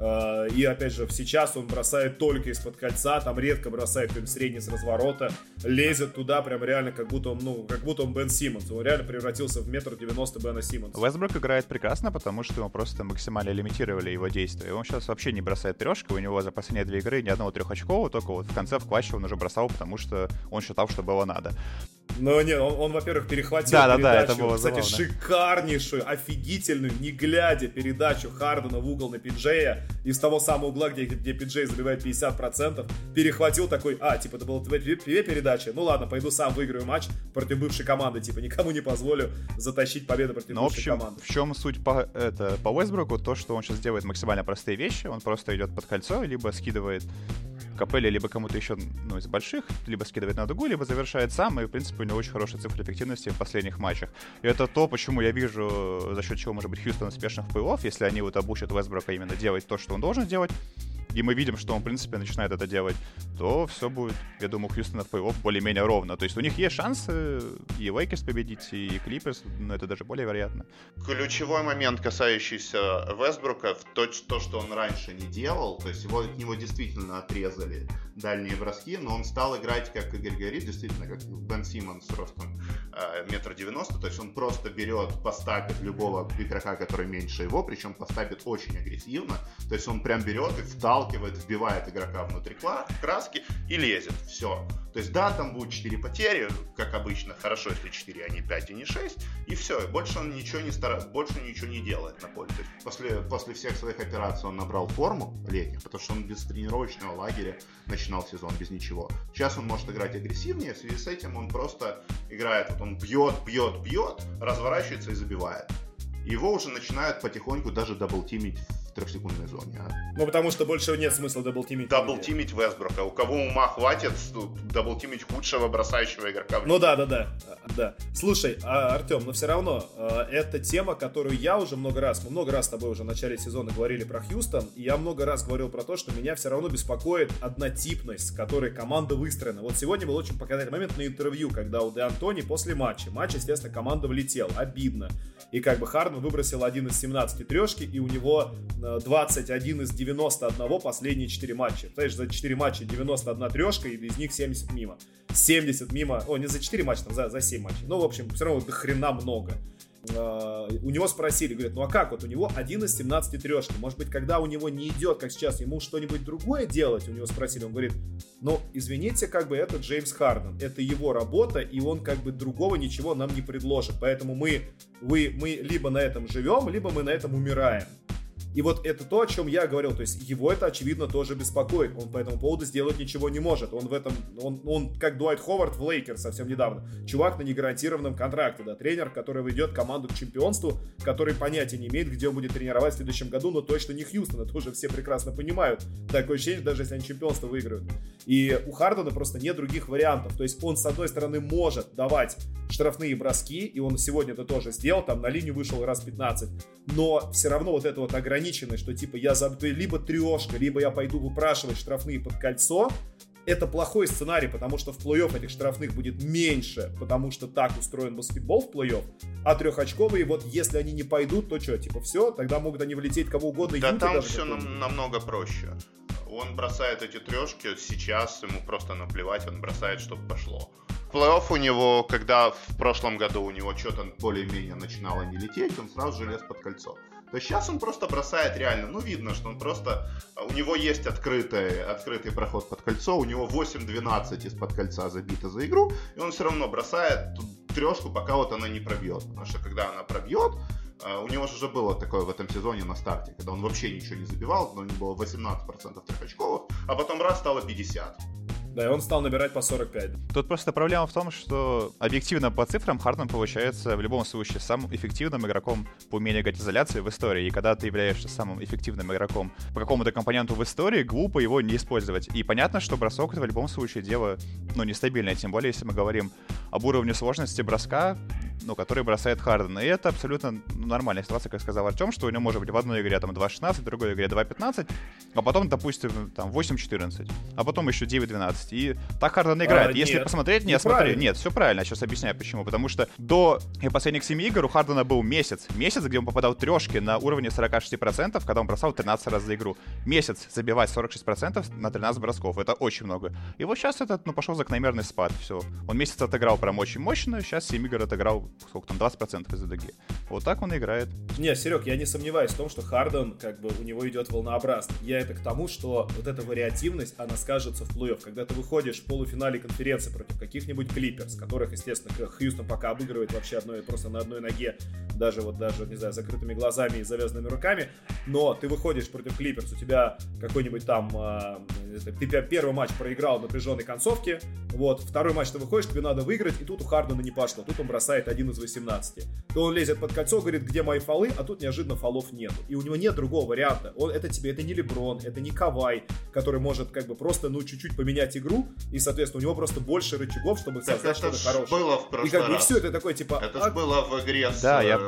И опять же, сейчас он бросает только из-под кольца, там редко бросает прям средний с разворота, лезет туда прям реально, как будто он, ну, как будто он Бен Симмонс. Он реально превратился в метр девяносто Бена Симмонса. Вестбрук играет прекрасно, потому что ему просто максимально лимитировали его действия. Он сейчас вообще не бросает трешки, у него за последние две игры ни одного трехочкового, только вот в конце в клатче он уже бросал, потому что он считал, что было надо. Ну, нет, он, он, во-первых, перехватил да, передачу, да, да, это было кстати, забавно. Шикарнейшую, офигительную, не глядя, передачу Хардена в угол на Пиджея, из того самого угла, где, где Пиджей забивает пятьдесят процентов, перехватил такой, а, типа, это была твоя передача, ну ладно, пойду сам выиграю матч против бывшей команды, типа, никому не позволю затащить победу против ну, бывшей в общем, команды. В чем суть по, это, по Уэстбруку, то, что он сейчас делает максимально простые вещи, он просто идет под кольцо, либо скидывает Капелле, либо кому-то еще, ну, из больших, либо скидывает на дугу, либо завершает сам, и, в принципе, у него очень хорошие цифры эффективности в последних матчах. И это то, почему я вижу, за счет чего, может быть, Хьюстон успешен в плей-офф, если они вот обучат Уэстбрука именно делать то, что он должен делать, и мы видим, что он, в принципе, начинает это делать, то все будет, я думаю, у Хьюстона в плей-офф более-менее ровно. То есть у них есть шансы и Лейкерс победить, и Клиперс, но это даже более вероятно. Ключевой момент, касающийся Вестбрука, то, то, что он раньше не делал, то есть его, от него действительно отрезали дальние броски, но он стал играть, как Игорь говорит, действительно, как Бен Симмонс с ростом метр девяносто, то есть он просто берет, постапит любого игрока, который меньше его, причем постапит очень агрессивно, то есть он прям берет и вталкивает, вбивает игрока внутри краски и лезет, все. То есть да, там будут четыре потери, как обычно, хорошо, если четыре, а не пять и не шесть, и все, и больше он ничего не старается, больше ничего не делает на поле. То есть после, после всех своих операций он набрал форму летних, потому что он без тренировочного лагеря начинал сезон без ничего. Сейчас он может играть агрессивнее, в связи с этим он просто играет, вот он бьет, бьет, бьет, разворачивается и забивает. Его уже начинают потихоньку даже даблтимить в трехсекундной зоне. А? Ну, потому что больше нет смысла даблтимить. Даблтимить Вестбрука. У кого ума хватит даблтимить худшего бросающего игрока в Ну да, да, да. да. Слушай, Артем, но все равно, это тема, которую я уже много раз, мы много раз с тобой уже в начале сезона говорили про Хьюстон, и я много раз говорил про то, что меня все равно беспокоит однотипность, с которой команда выстроена. Вот сегодня был очень показательный момент на интервью, когда у Де Антони после матча, матч, естественно, команда влетела, обидно. И как бы Харден выбросил один из семнадцати трешки, и у него двадцать один из девяноста одного последние четыре матча. Знаешь, за четыре матча девяносто одна трешка, и из них семьдесят мимо. семьдесят мимо, о, не за четыре матча, там, за, за семь матчей. Ну, в общем, все равно до хрена много. Uh, у него спросили, говорят, ну а как, вот у него один из семнадцати трешки, может быть, когда у него не идет, как сейчас, ему что-нибудь другое делать, у него спросили, он говорит, ну, извините, как бы это Джеймс Харден, это его работа, и он как бы другого ничего нам не предложит, поэтому мы, вы, мы либо на этом живем, либо мы на этом умираем. И вот это то, о чем я говорил, то есть его это, очевидно, тоже беспокоит. Он по этому поводу сделать ничего не может. Он в этом, он, он как Дуайт Ховард в Лейкерс совсем недавно. Чувак на негарантированном контракте, да, тренер, который ведет команду к чемпионству, который понятия не имеет, где он будет тренировать в следующем году, но точно не Хьюстон, это уже все прекрасно понимают. Такое ощущение, даже если они чемпионство выиграют. И у Хардена просто нет других вариантов. То есть он, с одной стороны, может давать штрафные броски, и он сегодня это тоже сделал, там на линию вышел раз пятнадцать, но все равно вот это вот ограниченность, что типа я забью либо трешка, либо я пойду выпрашивать штрафные под кольцо, это плохой сценарий, потому что в плей-офф этих штрафных будет меньше, потому что так устроен баскетбол в плей-офф, а трехочковые, вот если они не пойдут, то что, типа все, тогда могут они влететь кого угодно. Да там все нам, намного проще. Он бросает эти трешки, сейчас ему просто наплевать, он бросает, чтобы пошло. В плей-офф у него, когда в прошлом году у него что-то более-менее начинало не лететь, он сразу же лез под кольцо. То есть сейчас он просто бросает реально, ну видно, что он просто, у него есть открытый, открытый проход под кольцо, у него восемь-двенадцать из-под кольца забито за игру, и он все равно бросает трешку, пока вот она не пробьет. Потому что когда она пробьет, у него же уже было такое в этом сезоне на старте, когда он вообще ничего не забивал, но у него было восемнадцать процентов трехочковых, а потом раз стало пятьдесят. Да, и он стал набирать по сорок пять. Тут просто проблема в том, что объективно по цифрам Харден получается в любом случае самым эффективным игроком по умению играть изоляции в истории. И когда ты являешься самым эффективным игроком по какому-то компоненту в истории, глупо его не использовать. И понятно, что бросок — это в любом случае дело, ну, нестабильное. Тем более, если мы говорим об уровне сложности броска, ну, который бросает Харден. И это абсолютно нормальная ситуация, как сказал Артем, что у него может быть в одной игре там два шестнадцать, в другой игре два пятнадцать, а потом, допустим, там восемь четырнадцать, а потом еще девять двенадцать. И так Харден играет. А, Если нет, посмотреть, нет, смотри, нет, все правильно, я сейчас объясняю почему. Потому что до последних семи игр у Хардена был месяц. Месяц, где он попадал в трешки на уровне сорок шесть процентов, когда он бросал тринадцать раз за игру. Месяц забивать сорок шесть процентов на тринадцать бросков. Это очень много. И вот сейчас этот, ну, пошел закономерный спад. Все. Он месяц отыграл прям очень мощно, сейчас семь игр отыграл, сколько там, двадцать процентов из-за дуги. Вот так он играет. Не, Серег, я не сомневаюсь в том, что Харден, как бы, у него идет волнообразно. Я это к тому, что вот эта вариативность, она скажется в плей-офф. Когда ты выходишь в полуфинале конференции против каких-нибудь Клиперс, которых, естественно, Хьюстон пока обыгрывает вообще одной, просто на одной ноге, даже вот даже, не знаю, закрытыми глазами и завязанными руками, но ты выходишь против Клиперс, у тебя какой-нибудь там, э, ты первый матч проиграл в напряженной концовке, вот, второй матч ты выходишь, тебе надо выиграть, и тут у Хардена не пошло, тут он бросает один из восемнадцати. То он лезет под кольцо, говорит, где мои фолы, а тут неожиданно фолов нет. И у него нет другого варианта. Он, это тебе, это не Леброн, это не Кавай, который может как бы просто, ну, чуть-чуть поменять игру, и, соответственно, у него просто больше рычагов, чтобы так создать что-то хорошее. Было в прошлый и как бы раз. Все это такое, типа... Это а... же было в игре с... Да, я...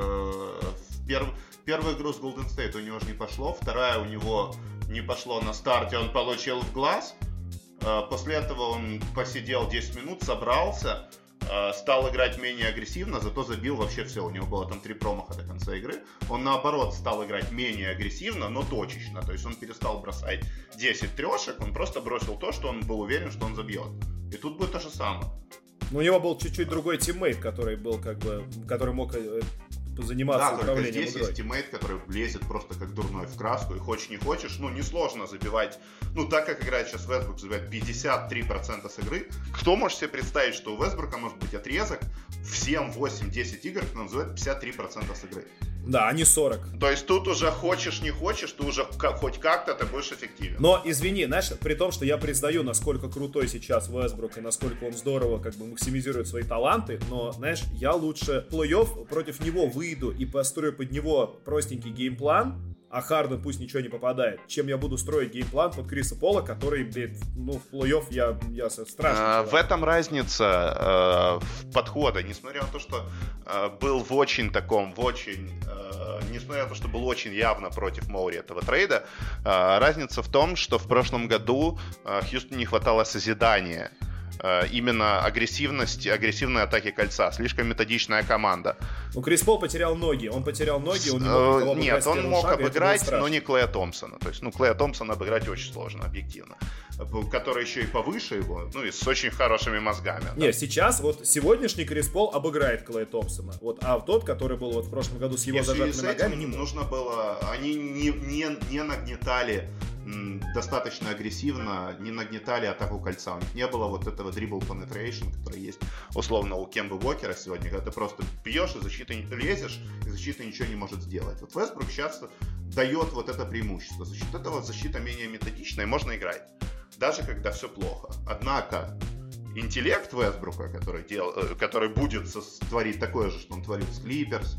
в перв... Первую игру с Golden State у него же не пошло, вторая у него не пошло на старте, он получил в глаз. После этого он посидел десять минут, собрался, стал играть менее агрессивно, зато забил вообще все. У него было там три промаха до конца игры. Он наоборот стал играть менее агрессивно, но точечно. То есть он перестал бросать десять трешек, он просто бросил то, что он был уверен, что он забьет. И тут будет то же самое. Но у него был чуть-чуть другой тиммейт, который был как бы, который мог заниматься да, управлением здесь игрой. Есть тиммейт, который лезет просто как дурной в краску, и хочешь не хочешь, ну, несложно забивать, ну, так как играет сейчас Вестбрук, забивать пятьдесят три процента с игры. Кто может себе представить, что у Вестбрука может быть отрезок в семь, восемь, десять игр, он называет пятьдесят три процента с игры? Да, а не сорок. То есть тут уже хочешь не хочешь, ты уже как, хоть как-то ты будешь эффективен. Но, извини, знаешь, при том, что я признаю, насколько крутой сейчас Вестбрук и насколько он здорово как бы максимизирует свои таланты, но, знаешь, я лучше в плей-офф против него выйду и построю под него простенький геймплан, а Харден пусть ничего не попадает, чем я буду строить геймплан под Криса Пола, который, блядь, ну, в плей-офф я, я страшно. А, в этом разница э, подхода, несмотря на то, что э, был в очень таком, в очень, э, несмотря на то, что был очень явно против Моури этого трейда, э, разница в том, что в прошлом году э, Хьюстону не хватало созидания. именно агрессивности, агрессивной атаки кольца. Слишком методичная команда. Ну, Крис Пол потерял ноги. Он потерял ноги, он не мог никого Нет, он мог шага, обыграть, но не Клея Томпсона. То есть, ну, Клея Томпсона обыграть очень сложно, объективно. Который еще и повыше его, ну, и с очень хорошими мозгами. Не, да? Сейчас, вот сегодняшний Крис Пол обыграет Клея Томпсона. Вот, а тот, который был вот в прошлом году с его Если зажатыми с ногами, не нужно было... Они не, не, не нагнетали достаточно агрессивно, не нагнетали атаку кольца. У них не было вот этого dribble penetration, который есть условно у Кембы Уокера сегодня, когда ты просто бьешь, и защита не лезешь, и защита ничего не может сделать. Вот Вестбрук сейчас дает вот это преимущество. За счет этого защита менее методичная, и можно играть, даже когда все плохо. Однако интеллект Вестбрука, который, дел, который будет творить такое же, что он творит с Клиперс,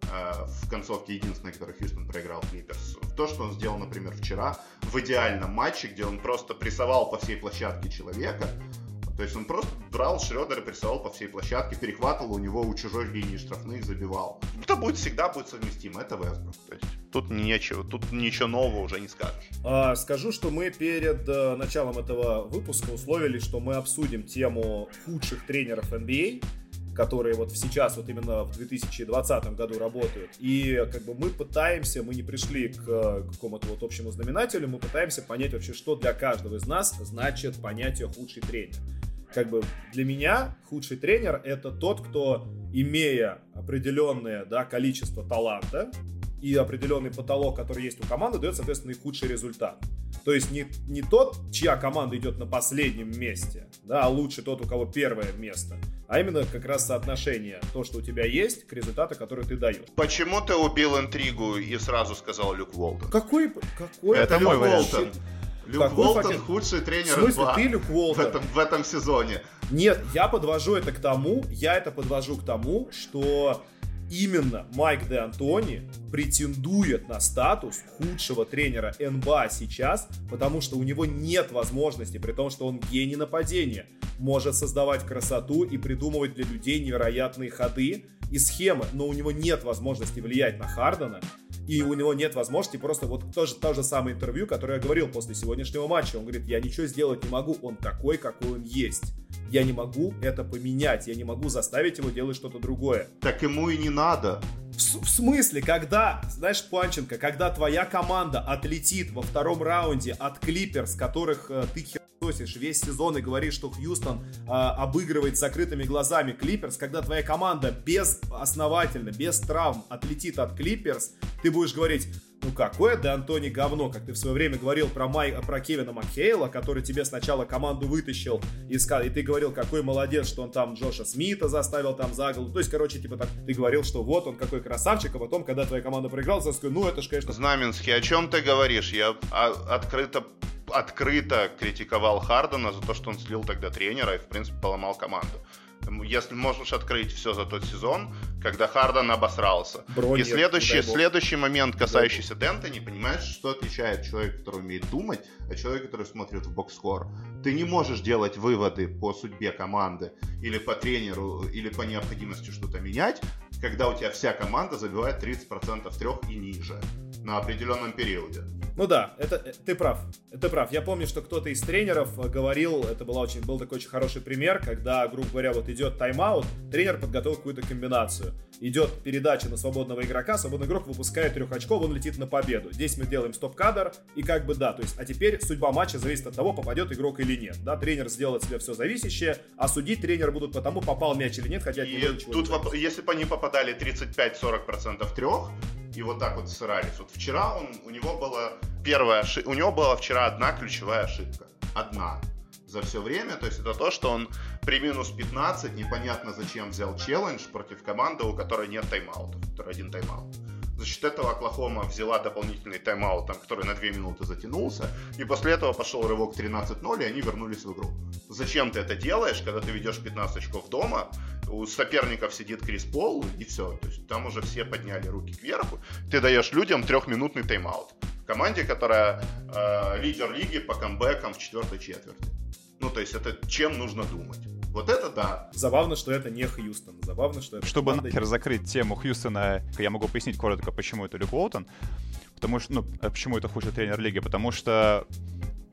в концовке единственной, которой Хьюстон проиграл Клиперс. То, что он сделал, например, вчера в идеальном матче, где он просто прессовал по всей площадке человека. То есть он просто брал Шрёдера, прессовал по всей площадке, перехватывал у него у чужой линии штрафных, забивал. Это будет всегда будет совместимо. Это Вестбрук. То есть тут нечего, тут ничего нового уже не скажешь. А, скажу, что мы перед э, началом этого выпуска условились, что мы обсудим тему худших тренеров эн би эй, которые вот сейчас, вот именно в две тысячи двадцатом году работают. И как бы мы пытаемся, мы не пришли к, к какому-то вот общему знаменателю, мы пытаемся понять вообще, что для каждого из нас значит понятие худший тренер. Как бы для меня худший тренер — это тот, кто, имея определенное, да, количество таланта и определенный потолок, который есть у команды, дает, соответственно, и худший результат. То есть не, не тот, чья команда идет на последнем месте, да, а лучше тот, у кого первое место, а именно как раз соотношение, то, что у тебя есть, к результату, который ты даешь. Почему ты убил интригу и сразу сказал Люк Уолтон? Какой? какой это Люк мой вариант. Люк Какой Уолтон факел? худший тренер. В смысле, ты Люк Уолтон? В этом, в этом сезоне. Нет, я подвожу это к тому, я это подвожу к тому, что именно Майк Д'Антони претендует на статус худшего тренера эн би эй сейчас, потому что у него нет возможности, при том, что он гений нападения, может создавать красоту и придумывать для людей невероятные ходы и схемы, но у него нет возможности влиять на Хардена, и у него нет возможности просто вот то же, то же самое интервью, которое я говорил после сегодняшнего матча. Он говорит, я ничего сделать не могу, он такой, какой он есть. Я не могу это поменять, я не могу заставить его делать что-то другое. Так ему и не надо. В, в смысле, когда, знаешь, Панченко, когда твоя команда отлетит во втором раунде от Клиперс, которых э, ты херсосишь весь сезон и говоришь, что Хьюстон э, обыгрывает с закрытыми глазами Клиперс, когда твоя команда безосновательно, без травм отлетит от Клиперс, ты будешь говорить, ну какое Д'Антони говно, как ты в свое время говорил про, Май, про Кевина Макхейла, который тебе сначала команду вытащил и, и ты говорил, какой молодец, что он там Джоша Смита заставил там за голову. То есть, короче, типа так, ты говорил, что вот он какой красавчик, а потом, когда твоя команда проиграла, ты сказал, ну это ж, конечно... Знаменский, о чем ты говоришь? Я открыто, открыто критиковал Хардена за то, что он слил тогда тренера и, в принципе, поломал команду. Если можешь открыть все за тот сезон, когда Харден обосрался. Бро, и нет, следующий, следующий момент, касающийся Д'Антони, понимаешь, что отличает человека, который умеет думать, от человека, который смотрит в бокс-скор. Ты не можешь делать выводы по судьбе команды, или по тренеру, или по необходимости что-то менять, когда у тебя вся команда забивает тридцать процентов трех и ниже на определенном периоде. Ну да, это, ты прав, ты прав. Я помню, что кто-то из тренеров говорил, это был очень, был такой очень хороший пример, когда, грубо говоря, вот идет тайм-аут, тренер подготовил какую-то комбинацию. Идет передача на свободного игрока, свободный игрок выпускает трехочков, он летит на победу. Здесь мы делаем стоп-кадр, и как бы да, то есть, а теперь судьба матча зависит от того, попадет игрок или нет. Да, тренер сделал от себя все зависящее, а судить тренеры будут потому, попал мяч или нет, хотя от него ничего тут не воп- если бы они попадали тридцать пять сорок процентов трех, и вот так вот сырались. Вот вчера он, у него была первая ошибка, у него была вчера одна ключевая ошибка. Одна. За все время, то есть это то, что он при минус пятнадцать непонятно зачем взял челлендж против команды, у которой нет тайм-аутов, у которой один тайм-аут. За счет этого Оклахома взяла дополнительный тайм-аут, там, который на две минуты затянулся, и после этого пошел рывок тринадцать ноль, и они вернулись в игру. Зачем ты это делаешь, когда ты ведешь пятнадцать очков дома, у соперников сидит Крис Пол, и все, то есть там уже все подняли руки кверху, ты даешь людям трехминутный тайм-аут. Команде, которая э, лидер лиги по камбэкам в четвертой четверти. Ну, то есть это чем нужно думать. Вот это да. Забавно, что это не Хьюстон. Забавно, что это... Чтобы команда... нахер закрыть тему Хьюстона, я могу пояснить коротко, почему это Люк Уолтон. Потому что, ну, почему это худший тренер лиги. Потому что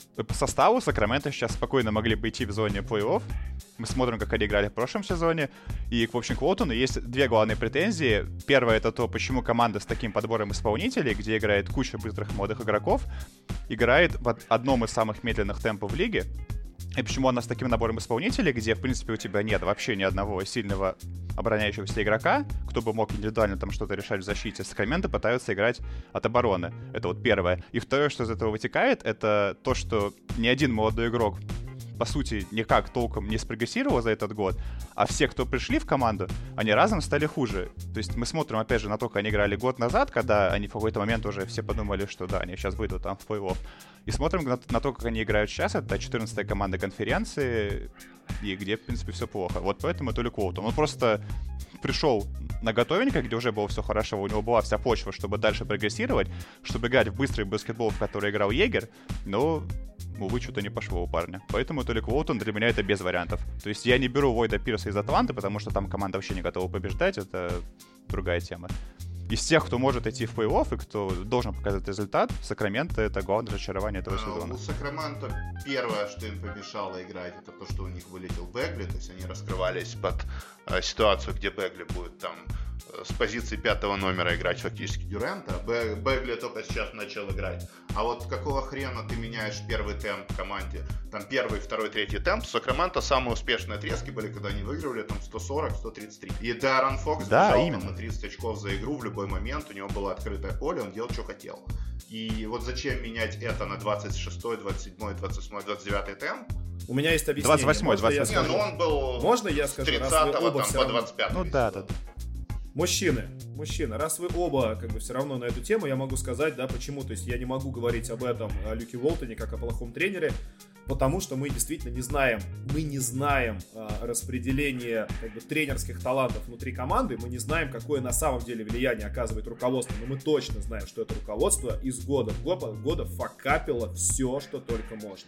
по составу Сакраменто сейчас спокойно могли бы идти в зоне плей-офф. Мы смотрим, как они играли в прошлом сезоне. И, в общем, к Уолтону есть две главные претензии. Первое — это то, почему команда с таким подбором исполнителей, где играет куча быстрых молодых игроков, играет в одном из самых медленных темпов в лиге. И почему она с таким набором исполнителей, где, в принципе, у тебя нет вообще ни одного сильного обороняющегося игрока, кто бы мог индивидуально там что-то решать в защите. Сакраменто пытаются играть от обороны. Это вот первое. И второе, что из этого вытекает, это то, что ни один молодой игрок, по сути, никак толком не спрогрессировал за этот год, а все, кто пришли в команду, они разом стали хуже. То есть мы смотрим, опять же, на то, как они играли год назад, когда они в какой-то момент уже все подумали, что да, они сейчас выйдут там в плей-офф. И смотрим на, на то, как они играют сейчас. Это четырнадцатая команда конференции, и где, в принципе, все плохо. Вот поэтому только Уолтон. Он просто пришел на готовенько, где уже было все хорошо, у него была вся почва, чтобы дальше прогрессировать, чтобы играть в быстрый баскетбол, в который играл Егер, но, увы, что-то не пошло у парня. Поэтому только Уолтон для меня это без вариантов. То есть я не беру Войда Пирса из Атланты, потому что там команда вообще не готова побеждать, это другая тема. Из тех, кто может идти в плей-офф и кто должен показать результат, Сакраменто — это главное разочарование этого сезона. У Сакраменто первое, что им помешало играть, это то, что у них вылетел Бегли, то есть они раскрывались под э, ситуацию, где Бегли будет там э, с позиции пятого номера играть фактически Дюрента. Бегли только сейчас начал играть. А вот какого хрена ты меняешь первый темп в команде? Там первый, второй, третий темп. Сакраменто самые успешные отрезки были, когда они выигрывали там сто сорок - сто тридцать три. И Даррен Фокс да, бежал там на тридцать очков за игру в любой момент. У него было открытое поле, он делал, что хотел. И вот зачем менять это на двадцать шестой, двадцать седьмой, двадцать восьмой, двадцать девятый темп? У меня есть объяснение. двадцать восьмой, двадцать восьмой. Не, ну он был Можно я скажу, с тридцатого оба там, по двадцать пятый. Ну да, да, да. Мужчины, мужчины, раз вы оба как бы все равно на эту тему, я могу сказать, да, почему. То есть я не могу говорить об этом, о Люке Уолтоне, как о плохом тренере, потому что мы действительно не знаем, мы не знаем э, распределение как бы тренерских талантов внутри команды, мы не знаем, какое на самом деле влияние оказывает руководство, но мы точно знаем, что это руководство из года в год, года факапило все, что только можно.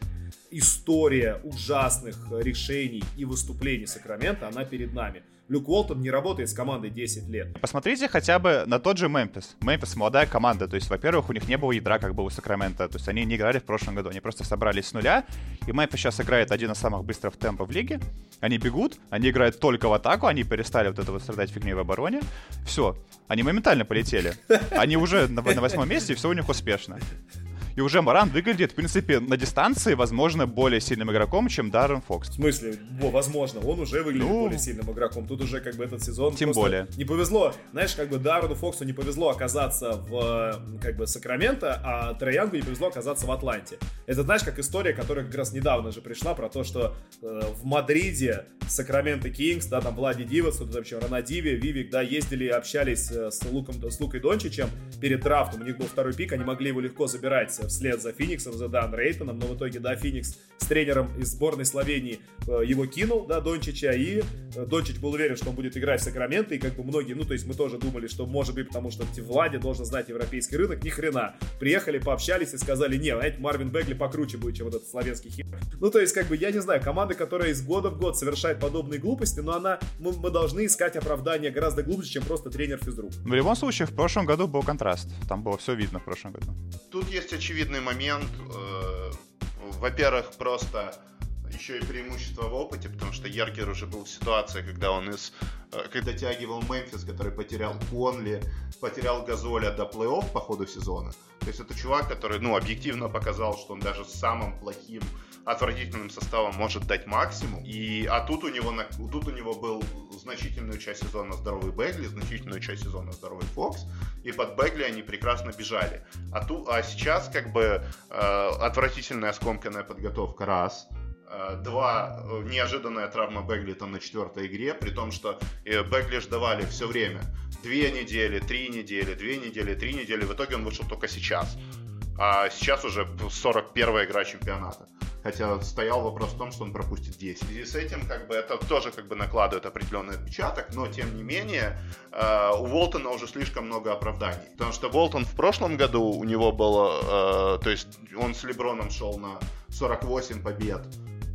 История ужасных решений и выступлений Сакрамента, она перед нами. Люк Уолтон не работает с командой десять лет. Посмотрите хотя бы на тот же Мемфис. Мемфис — молодая команда, то есть, во-первых, у них не было ядра, как было у Сакрамента, то есть они не играли в прошлом году, они просто собрались с нуля, и Мемфис сейчас играет один из самых быстрых темпов в лиге, они бегут, они играют только в атаку, они перестали вот это вот страдать фигней в обороне, все, они моментально полетели, они уже на, на восьмом месте, и все у них успешно. И уже Моран выглядит, в принципе, на дистанции, возможно, более сильным игроком, чем Даррен Фокс. В смысле? Во, возможно, он уже выглядит ну, более сильным игроком. Тут уже как бы этот сезон тем более. Не повезло. Знаешь, как бы Даррену Фоксу не повезло оказаться в как бы Сакраменто, а Трей Янгу не повезло оказаться в Атланте. Это, знаешь, как история, которая как раз недавно же пришла про то, что э, в Мадриде Сакраменто Кингс, да, там Влади Дивас, тут вообще Ронадиви, Вивик, да, ездили и общались с, Луком, с Лукой Дончичем перед драфтом. У них был второй пик, они могли его легко забирать вслед за Фениксом, за Дан Рейтоном, но в итоге, да, Феникс с тренером из сборной Словении э, его кинул, да, Дончича, и э, Дончич был уверен, что он будет играть в Сакраменто, и как бы многие, ну, то есть мы тоже думали, что может быть, потому что Влади должен знать европейский рынок, ни хрена. Приехали, пообщались и сказали, не, знаете, Марвин Бегли покруче будет, чем этот славянский хит. Ну, то есть, как бы, я не знаю, команда, которая из года в год совершает подобные глупости, но она, мы, мы должны искать оправдание гораздо глубже, чем просто тренер физрук. В любом случае, в прошлом году был контраст, там было все видно в прошлом году. Тут есть очевидный момент. Во-первых, просто еще и преимущество в опыте, потому что Йергер уже был в ситуации, когда он из, когда дотягивал Мемфис, который потерял Конли, потерял Газоля до плей-офф по ходу сезона. То есть это чувак, который, ну, объективно показал, что он даже с самым плохим, отвратительным составом может дать максимум. И, а тут у него, на, тут у него был значительную часть сезона здоровый Бегли, значительную часть сезона здоровый Фокс, и под Бегли они прекрасно бежали. А, ту, а сейчас как бы э, отвратительная скомканная подготовка, раз. Два, неожиданная травма Бегли там на четвертой игре, при том, что Бегли ждавали все время. Две недели, три недели, две недели, три недели. В итоге он вышел только сейчас. А сейчас уже сорок первая игра чемпионата. Хотя стоял вопрос в том, что он пропустит десять. И с этим как бы это тоже как бы накладывает определенный отпечаток, но тем не менее у Уолтона уже слишком много оправданий. Потому что Уолтон в прошлом году у него было, то есть он с Леброном шел на сорок восемь побед.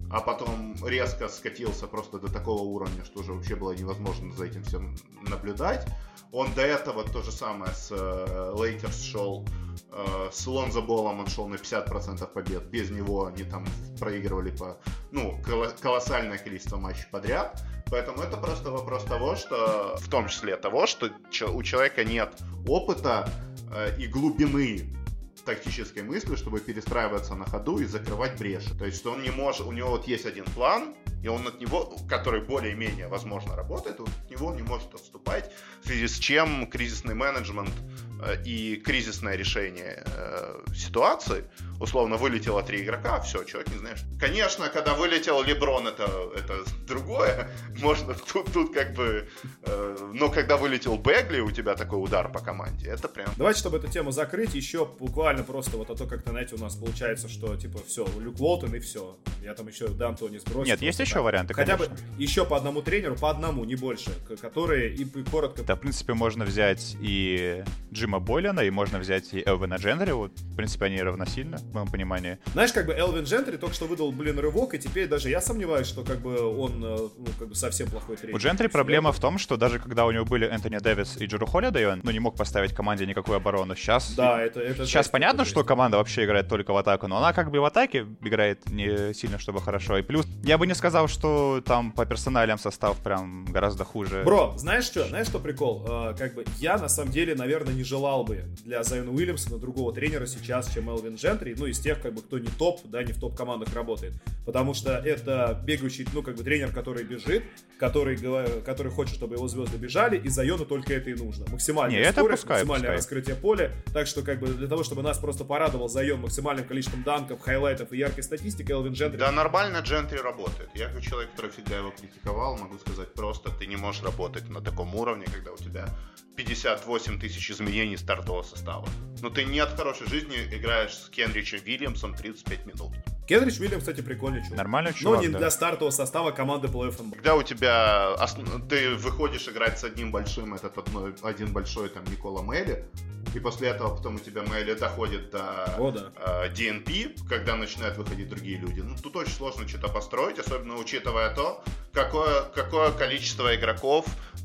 а потом резко скатился просто до такого уровня, что уже вообще было невозможно за этим всем наблюдать. Он до этого то же самое с Лейкерс э, шел, э, с Лонзо Боллом он шел на пятьдесят процентов побед, без него они там проигрывали по, ну, колоссальное количество матчей подряд. Поэтому это просто вопрос того, что, в том числе того, что у человека нет опыта э, и глубины тактической мысли, чтобы перестраиваться на ходу и закрывать бреши. То есть, что он не может, у него вот есть один план, и он от него, который более-менее, возможно, работает, от него он не может отступать, в связи с чем кризисный менеджмент э, и кризисное решение э, ситуации, условно, вылетело три игрока, все, человек не знаешь. Конечно, когда вылетел Леброн, это, это другое, можно тут, тут как бы, э, но когда вылетел Бегли, у тебя такой удар по команде, это прям... Давайте, чтобы эту тему закрыть, еще буквально просто вот, а то как-то, знаете, у нас получается, что, типа, все, Люк Уолтон и все. Я там еще Д'Антони сбросил. Нет, есть еще варианты, хотя конечно. бы еще по одному тренеру, по одному, не больше, которые и коротко... Да, в принципе, можно взять и Джима Бойлена, и можно взять и Элвина Джентри, вот, в принципе, они равносильно, в моем понимании. Знаешь, как бы Элвин Джентри только что выдал, блин, рывок, и теперь даже я сомневаюсь, что как бы он, ну, как бы совсем плохой тренер. У Джентри проблема в том, что даже когда у него были Энтони Дэвис и Джеру Холлидей, он, ну, не мог поставить команде никакую оборону. Сейчас, да, это, это сейчас жесть, понятно, это что команда вообще играет только в атаку, но она как бы в атаке играет не сильно, чтобы хорошо. И плюс, я бы не сказал, что там по персоналиям состав прям гораздо хуже. Бро, знаешь что? Знаешь, что прикол? Э, как бы я, на самом деле, наверное, не желал бы для Зайона Уильямсона другого тренера сейчас, чем Элвин Джентри, ну, из тех, как бы, кто не топ, да, не в топ-командах работает. Потому что это бегающий, ну, как бы, тренер, который бежит, который, который хочет, чтобы его звезды бежали, и Зайону только это и нужно. Максимальная не, скорость, пускай, максимальное пускай. раскрытие поля. Так что, как бы, для того, чтобы нас просто порадовал Зайон максимальным количеством данков, хайлайтов и яркой статистикой, Элвин Джентри... Да, нормально Джентри работает. Я, как человек, который всегда его критиковал, могу сказать просто, ты не можешь работать на таком уровне, когда у тебя пятьдесят восемь тысяч изменений стартового состава. Но ты не от хорошей жизни играешь с Кенричем Вильямсом тридцать пять минут. Кенрич Уильямс, кстати, прикольный чувак. Нормальный чувак, но не да. для стартового состава команды плей-офф. Когда у тебя ты выходишь играть с одним большим, этот один большой там Никола Мелли, и после этого потом у тебя Мелли доходит до О, да. э, ди эн пи, когда начинают выходить другие люди. Ну, тут очень сложно что-то построить, особенно учитывая то, какое, какое количество игроков,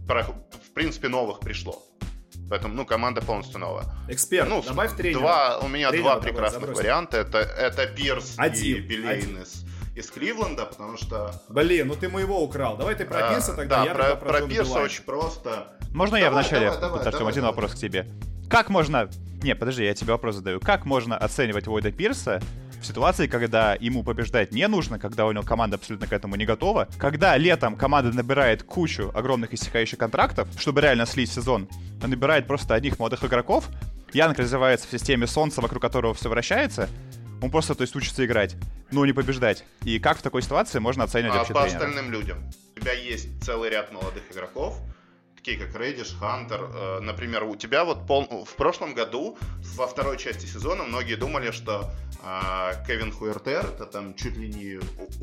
в принципе, новых пришло. Поэтому, ну, команда полностью новая. Эксперт, ну, добавь тренера. Два, у меня тренера два прекрасных добавь, варианта. Это, это Пирс один, и Билейн из, из Кливленда, потому что... Блин, ну ты моего украл. Давай ты про а, Пирса тогда, да, я про, тогда про, про Пирса очень просто. Можно давай, я вначале, давай, давай, Артем, давай, один давай. вопрос к тебе? Как можно... Не, подожди, я тебе вопрос задаю. Как можно оценивать Войда Пирса в ситуации, когда ему побеждать не нужно, когда у него команда абсолютно к этому не готова, когда летом команда набирает кучу огромных иссякающих контрактов, чтобы реально слить сезон, он набирает просто одних молодых игроков, Янг развивается в системе солнца, вокруг которого все вращается, он просто, то есть, учится играть, но не побеждать. И как в такой ситуации можно оценивать А вообще по тренера? остальным людям? У тебя есть целый ряд молодых игроков, такие как Реддиш, Хантер. Э, например, у тебя вот пол... в прошлом году, во второй части сезона, многие думали, что э, Кевин Хуертер это там чуть ли не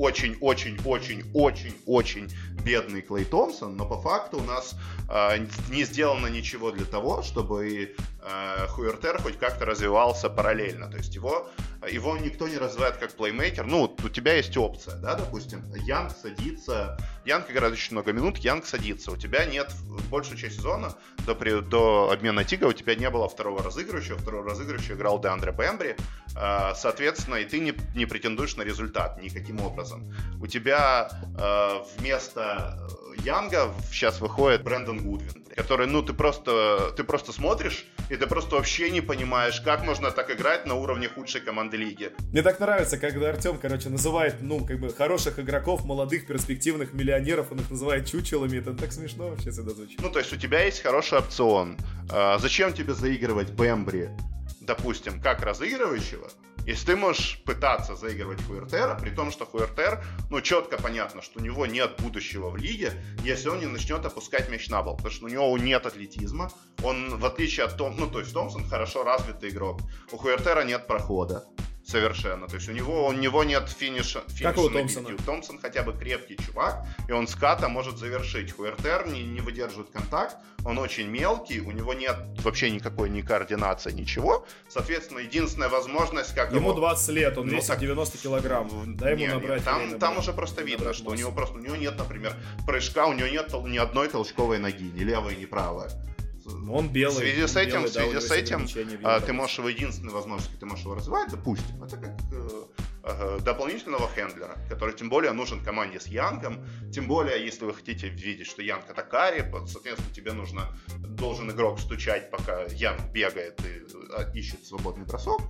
очень-очень-очень-очень-очень бедный Клей Томпсон, но по факту у нас э, не сделано ничего для того, чтобы э, Хуертер хоть как-то развивался параллельно. То есть его, его никто не развивает как плеймейкер. Ну, у тебя есть опция, да, допустим, Янг садится, Янг играет очень много минут, Янг садится. У тебя нет большую часть сезона до, до обмена Тига у тебя не было второго разыгрывающего. Второго разыгрывающего играл Деандре Бембри. Соответственно, и ты не, не претендуешь на результат никаким образом. У тебя э, вместо Янга сейчас выходит Брэндон Гудвин, который, ну, ты просто, ты просто смотришь, и ты просто вообще не понимаешь, как можно так играть на уровне худшей команды лиги. Мне так нравится, когда Артем, короче, называет, ну, как бы, хороших игроков, молодых, перспективных миллионеров, он их называет чучелами, это так смешно вообще всегда звучит. Ну, то есть у тебя есть хороший опцион. А, зачем тебе заигрывать Бембри, допустим, как разыгрывающего, если ты можешь пытаться заигрывать Хуертера, при том, что Хуертер, ну, четко понятно, что у него нет будущего в лиге, если он не начнет опускать мяч на пол, потому что у него нет атлетизма, он, в отличие от Том, ну, то есть Томпсон хорошо развитый игрок, у Хуертера нет прохода, совершенно. То есть у него, у него нет финиша, финиша как у на Томпсона. битке. У Томпсона хотя бы крепкий чувак, и он с ката может завершить. Хуэртер не, не выдерживает контакт, он очень мелкий, у него нет вообще никакой ни координации, ничего. Соответственно, единственная возможность, как ему его... двадцать лет, он ну, весит так... девяносто килограмм. Дай ему не, набрать. Не, там, время, там да. уже просто видно, набрать что массу. у него просто у него нет, например, прыжка, у него нет ни одной толчковой ноги, ни левой, ни правой. Он белый. В связи с этим, белый, в связи да, с этим а, ты можешь его единственной возможностью, ты можешь его развивать, допустим, это как э, э, дополнительного хендлера, который тем более нужен команде с Янгом, тем более, если вы хотите видеть, что Янг это карри, соответственно, тебе нужно, должен игрок стучать, пока Янг бегает и ищет свободный бросок.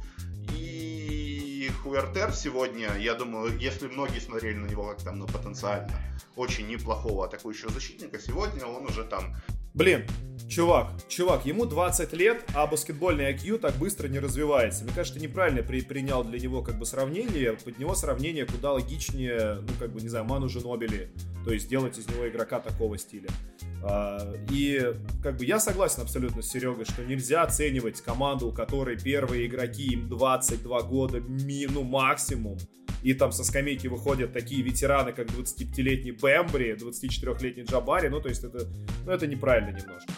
И Хуэртер сегодня, я думаю, если многие смотрели на него как там, ну, потенциально очень неплохого атакующего защитника, сегодня он уже там... Блин, чувак, чувак, ему двадцать лет, а баскетбольный ай кью так быстро не развивается. Мне кажется, ты неправильно при, принял для него как бы сравнение. Под него сравнение куда логичнее, ну, как бы, не знаю, Ману Джинобили. То есть делать из него игрока такого стиля. А, и, как бы, я согласен абсолютно с Серегой, что нельзя оценивать команду, у которой первые игроки, им двадцать два года, ми, ну, максимум. И там со скамейки выходят такие ветераны, как двадцатипятилетний Бэмбри, двадцатичетырёхлетний Джабари. Ну, то есть это, ну, это неправильно немножко.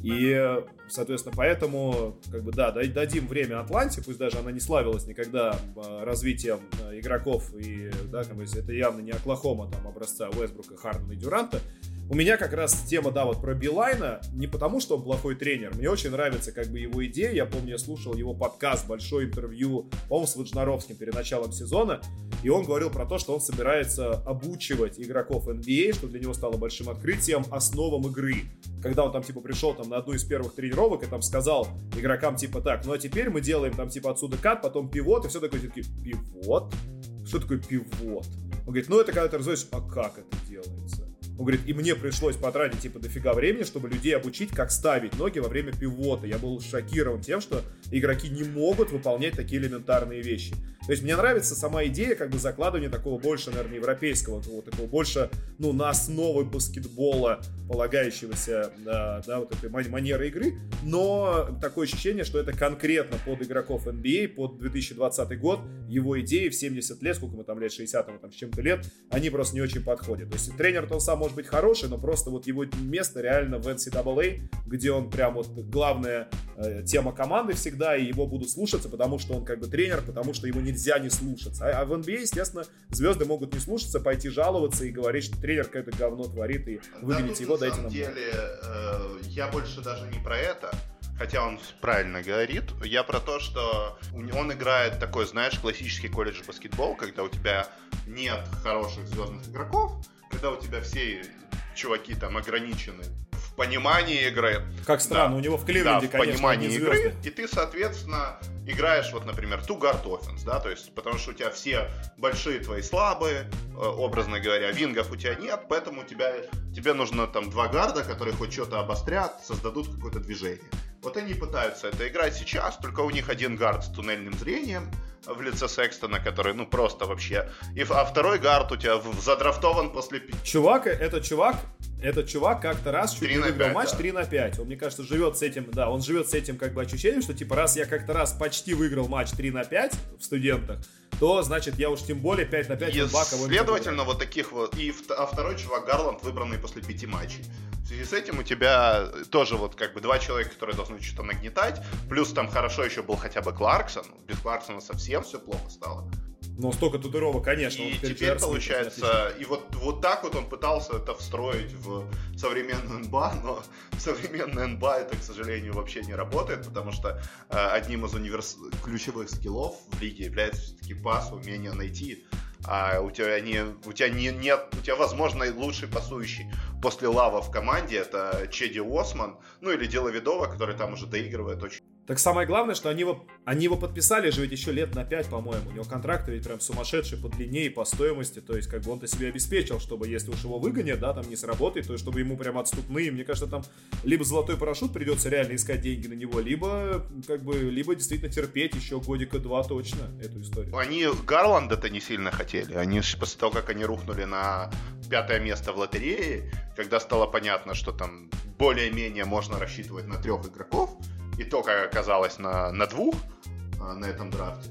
И, соответственно, поэтому, как бы, да, дадим время Атланте, пусть даже она не славилась никогда развитием игроков, и, да, как бы, это явно не Оклахома, там, образца Уэсбрука, Хардена и Дюранта. У меня как раз тема, да, вот про Билайна, не потому, что он плохой тренер, мне очень нравится, как бы, его идея, я помню, я слушал его подкаст, большое интервью, по-моему, с Ваджнаровским перед началом сезона, и он говорил про то, что он собирается обучивать игроков эн би эй, что для него стало большим открытием, основам игры. Когда он там, типа, пришел там на одну из первых тренировок и там сказал игрокам, типа, так, ну а теперь мы делаем там, типа, отсюда кат, потом пивот, и все такое, такие, пивот? Что такое пивот? Он говорит, ну это когда ты разводишь, а как это делается? Он говорит, и мне пришлось потратить, типа, дофига времени, чтобы людей обучить, как ставить ноги во время пивота. Я был шокирован тем, что игроки не могут выполнять такие элементарные вещи. То есть мне нравится сама идея, как бы, закладывания такого больше, наверное, европейского, вот такого больше, ну, на основы баскетбола полагающегося, да, да, вот этой манеры игры, но такое ощущение, что это конкретно под игроков эн би эй, под две тысячи двадцатый год, его идеи в семьдесят лет, сколько мы там лет, шестьдесят там, с чем-то лет, они просто не очень подходят. То есть тренер-то он сам может быть хороший, но просто вот его место реально в эн си эй эй, где он прям вот главная э, тема команды всегда, и его будут слушаться, потому что он как бы тренер, потому что его нельзя не слушаться. А, а в эн би эй, естественно, звезды могут не слушаться, пойти жаловаться и говорить, что тренер какое-то говно творит, и выгоните его, дайте нам. На самом деле, э, я больше даже не про это, хотя он правильно говорит. Я про то, что он играет такой, знаешь, классический колледж баскетбол, когда у тебя нет хороших звездных игроков, когда у тебя все чуваки там ограничены в понимании игры. Как странно, да, у него в Кливленде, да, конечно, в понимании одни игры, звезды. и ты, соответственно, играешь, вот, например, two guard offense, да, то есть, потому что у тебя все большие твои слабые, э, образно говоря, вингов у тебя нет, поэтому у тебя, тебе нужно там два гарда, которые хоть что-то обострят, создадут какое-то движение. Вот они пытаются это играть сейчас, только у них один гард с туннельным зрением в лице Секстона, который, ну, просто вообще... И, а второй гард у тебя задрафтован после... Чувак, этот чувак, этот чувак как-то раз чуть не выиграл матч да. три на пять. Он, мне кажется, живет с этим, да, он живет с этим как бы ощущением, что типа раз я как-то раз почти выиграл матч три на пять в студентах, то, значит, я уж тем более пять на пять и, бака. следовательно, вот таких вот... И, а второй чувак Гарланд, выбранный после пяти матчей. В связи с этим у тебя тоже вот как бы два человека, которые должны что-то нагнетать. Плюс там хорошо еще был хотя бы Кларксон. Без Кларксона совсем все плохо стало. Ну, столько татуировок, конечно. И теперь, теперь получается, и вот, вот так вот он пытался это встроить в современную эн би эй, но современная эн би эй это, к сожалению, вообще не работает, потому что э, одним из универс... ключевых скиллов в лиге является все-таки пас, умение найти. А у тебя, не, у тебя не, нет, у тебя, возможно, лучший пасующий после Лава в команде это Чеди Осман, ну или Деловидова, который там уже доигрывает очень. Так самое главное, что они его, они его подписали же ведь еще лет на пять, по-моему. У него контракт ведь прям сумасшедший по длине и по стоимости. То есть, как бы он-то себе обеспечил, чтобы если уж его выгонят, да, там не сработает, то чтобы ему прям отступные. Мне кажется, там либо золотой парашют придется реально искать деньги на него, либо, как бы, либо действительно терпеть еще годика два точно эту историю. Они Гарланда-то не сильно хотели. Они после того, как они рухнули на пятое место в лотерее, когда стало понятно, что там более-менее можно рассчитывать на трех игроков, и то, как оказалось, на, на двух на этом драфте,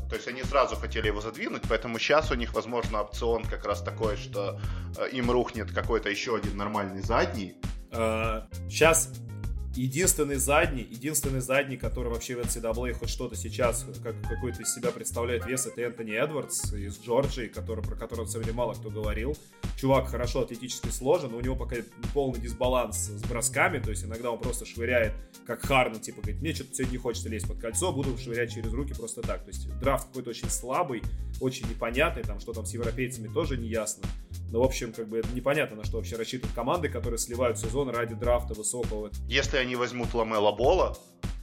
То есть они сразу хотели его задвинуть, поэтому сейчас у них, возможно, опцион как раз такой, что им рухнет какой-то еще один нормальный задний. Сейчас единственный задний, единственный задний, который вообще в эн си эй эй хоть что-то сейчас, как, какой-то из себя представляет вес, это Энтони Эдвардс из Джорджии, который, про которого сегодня мало кто говорил. Чувак хорошо атлетически сложен, но у него пока полный дисбаланс с бросками, то есть иногда он просто швыряет, как Харден, типа, говорит, мне что-то сегодня не хочется лезть под кольцо, буду швырять через руки просто так. То есть драфт какой-то очень слабый, очень непонятный, там, что там с европейцами тоже не ясно. Но, в общем, как бы непонятно, на что вообще рассчитывают команды, которые сливают сезон ради драфта высокого. Если они возьмут Ламело Болла,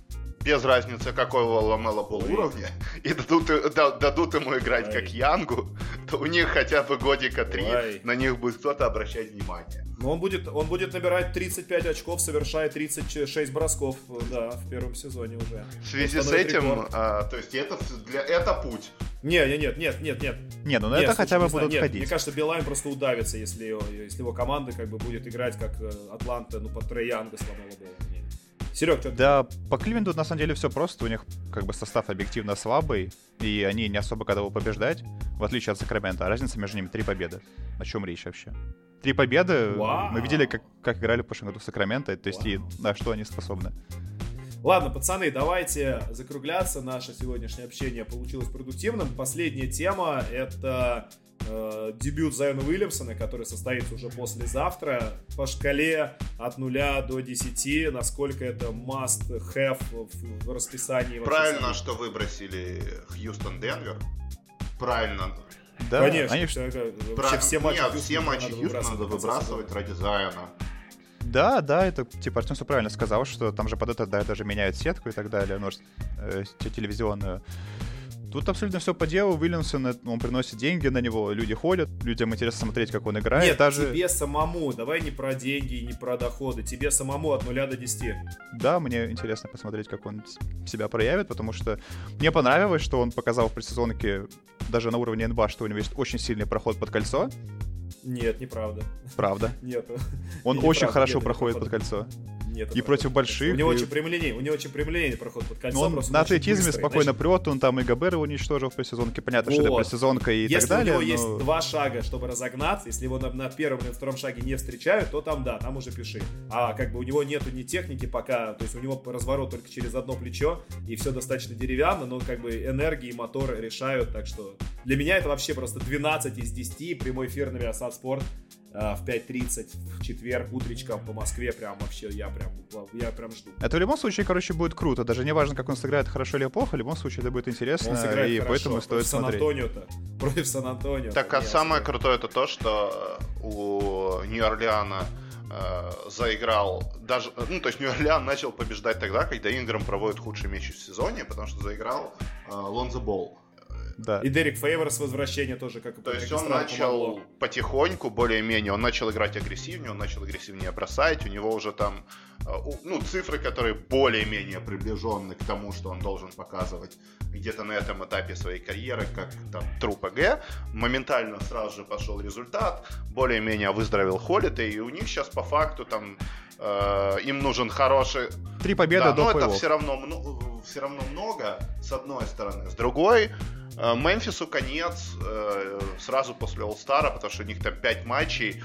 без разницы какого Ламело Болл уровня, и дадут, дадут ему играть Ой. как Янгу, то у них хотя бы годика три, Ой. на них будет кто-то обращать внимание. Но он будет, он будет набирать тридцать пять очков, совершая тридцать шесть бросков, да, в первом сезоне уже. В связи с этим, а, то есть это, для, это путь. Нет, нет, нет, нет, нет. Не, ну на это хотя бы будут нет, ходить. Мне кажется, Билайн просто удавится, если его, если его команда как бы будет играть как Атланта, ну, под Трей Янга с Ламело Боллом. Серег, что Да, по Кливленду на самом деле все просто. У них как бы состав объективно слабый, и они не особо готовы побеждать, в отличие от Сакрамента. А разница между ними три победы. О чем речь вообще? Три победы. Вау. Мы видели, как, как играли в прошлом году в Сакраменто, то есть Вау. и на что они способны. Ладно, пацаны, давайте закругляться. Наше сегодняшнее общение получилось продуктивным. Последняя тема — это э, дебют Зайона Уильямсона, который состоится уже послезавтра. По шкале от нуля до десяти, насколько это must-have в, в расписании. Правильно, что выбросили Хьюстон-Денвер. Правильно. Да, конечно. Они... Вообще все матчи Нет, все матчи Хьюстона надо выбрасывать ради Зайона. Да, да, это типа Артем все правильно сказал, что там же под это да, даже меняют сетку и так далее, ну, э, телевизионную. Тут абсолютно все по делу. Уильямсон, он приносит деньги на него, люди ходят, людям интересно смотреть, как он играет. Нет, даже... тебе самому, давай не про деньги и не про доходы, тебе самому от нуля до десяти. Да, мне интересно посмотреть, как он себя проявит, потому что мне понравилось, что он показал в предсезонке даже на уровне эн би эй, что у него есть очень сильный проход под кольцо. Нет, неправда. Правда? Нет. Он не очень правда, хорошо нет, проходит под кольцо. Нет, и против больших. У него и... очень прямолинейный, у него очень прямолинейный проход под кольцом. Он на атлетизме спокойно прет, он там и Гобера уничтожил в предсезонке. Понятно, вот. Что это предсезонка и если так далее. Если у него но... есть два шага, чтобы разогнаться, если его на, на первом или втором шаге не встречают, то там да, там уже пиши. А как бы у него нету ни техники пока, то есть у него разворот только через одно плечо, и все достаточно деревянно, но как бы энергии и моторы решают, так что для меня это вообще просто двенадцать из десяти, прямой эфир на Viasat Sport. В пять тридцать в четверг утречком по Москве, прям вообще я прям, я прям жду. Это в любом случае, короче, будет круто. Даже не важно, как он сыграет, хорошо или плохо, в любом случае это будет интересно. Он сыграет и хорошо. Поэтому стоит смотреть. Сан-Антонио-то. Против Сан-Антонио. Так, а самое крутое это то, что у Нью-Орлеана э, заиграл даже, ну, то есть Нью-Орлеан начал побеждать тогда, когда Инграм проводит худший матч в сезоне, потому что заиграл э, Лонзо Болл. Да. И Дерек Фейворс возвращение тоже как То как есть он начал помогло. потихоньку, более-менее, он начал играть агрессивнее, он начал агрессивнее бросать, у него уже там, ну, цифры, которые более-менее приближены к тому, что он должен показывать где-то на этом этапе своей карьеры, как там Тру ПГ. Моментально сразу же пошел результат, более-менее выздоровел Холидей, и у них сейчас по факту там э, им нужен хороший... Три победы да, до но плей-офф. это все равно, все равно много, с одной стороны. С другой... Мемфису конец э, сразу после All-Star, потому что у них там пять матчей.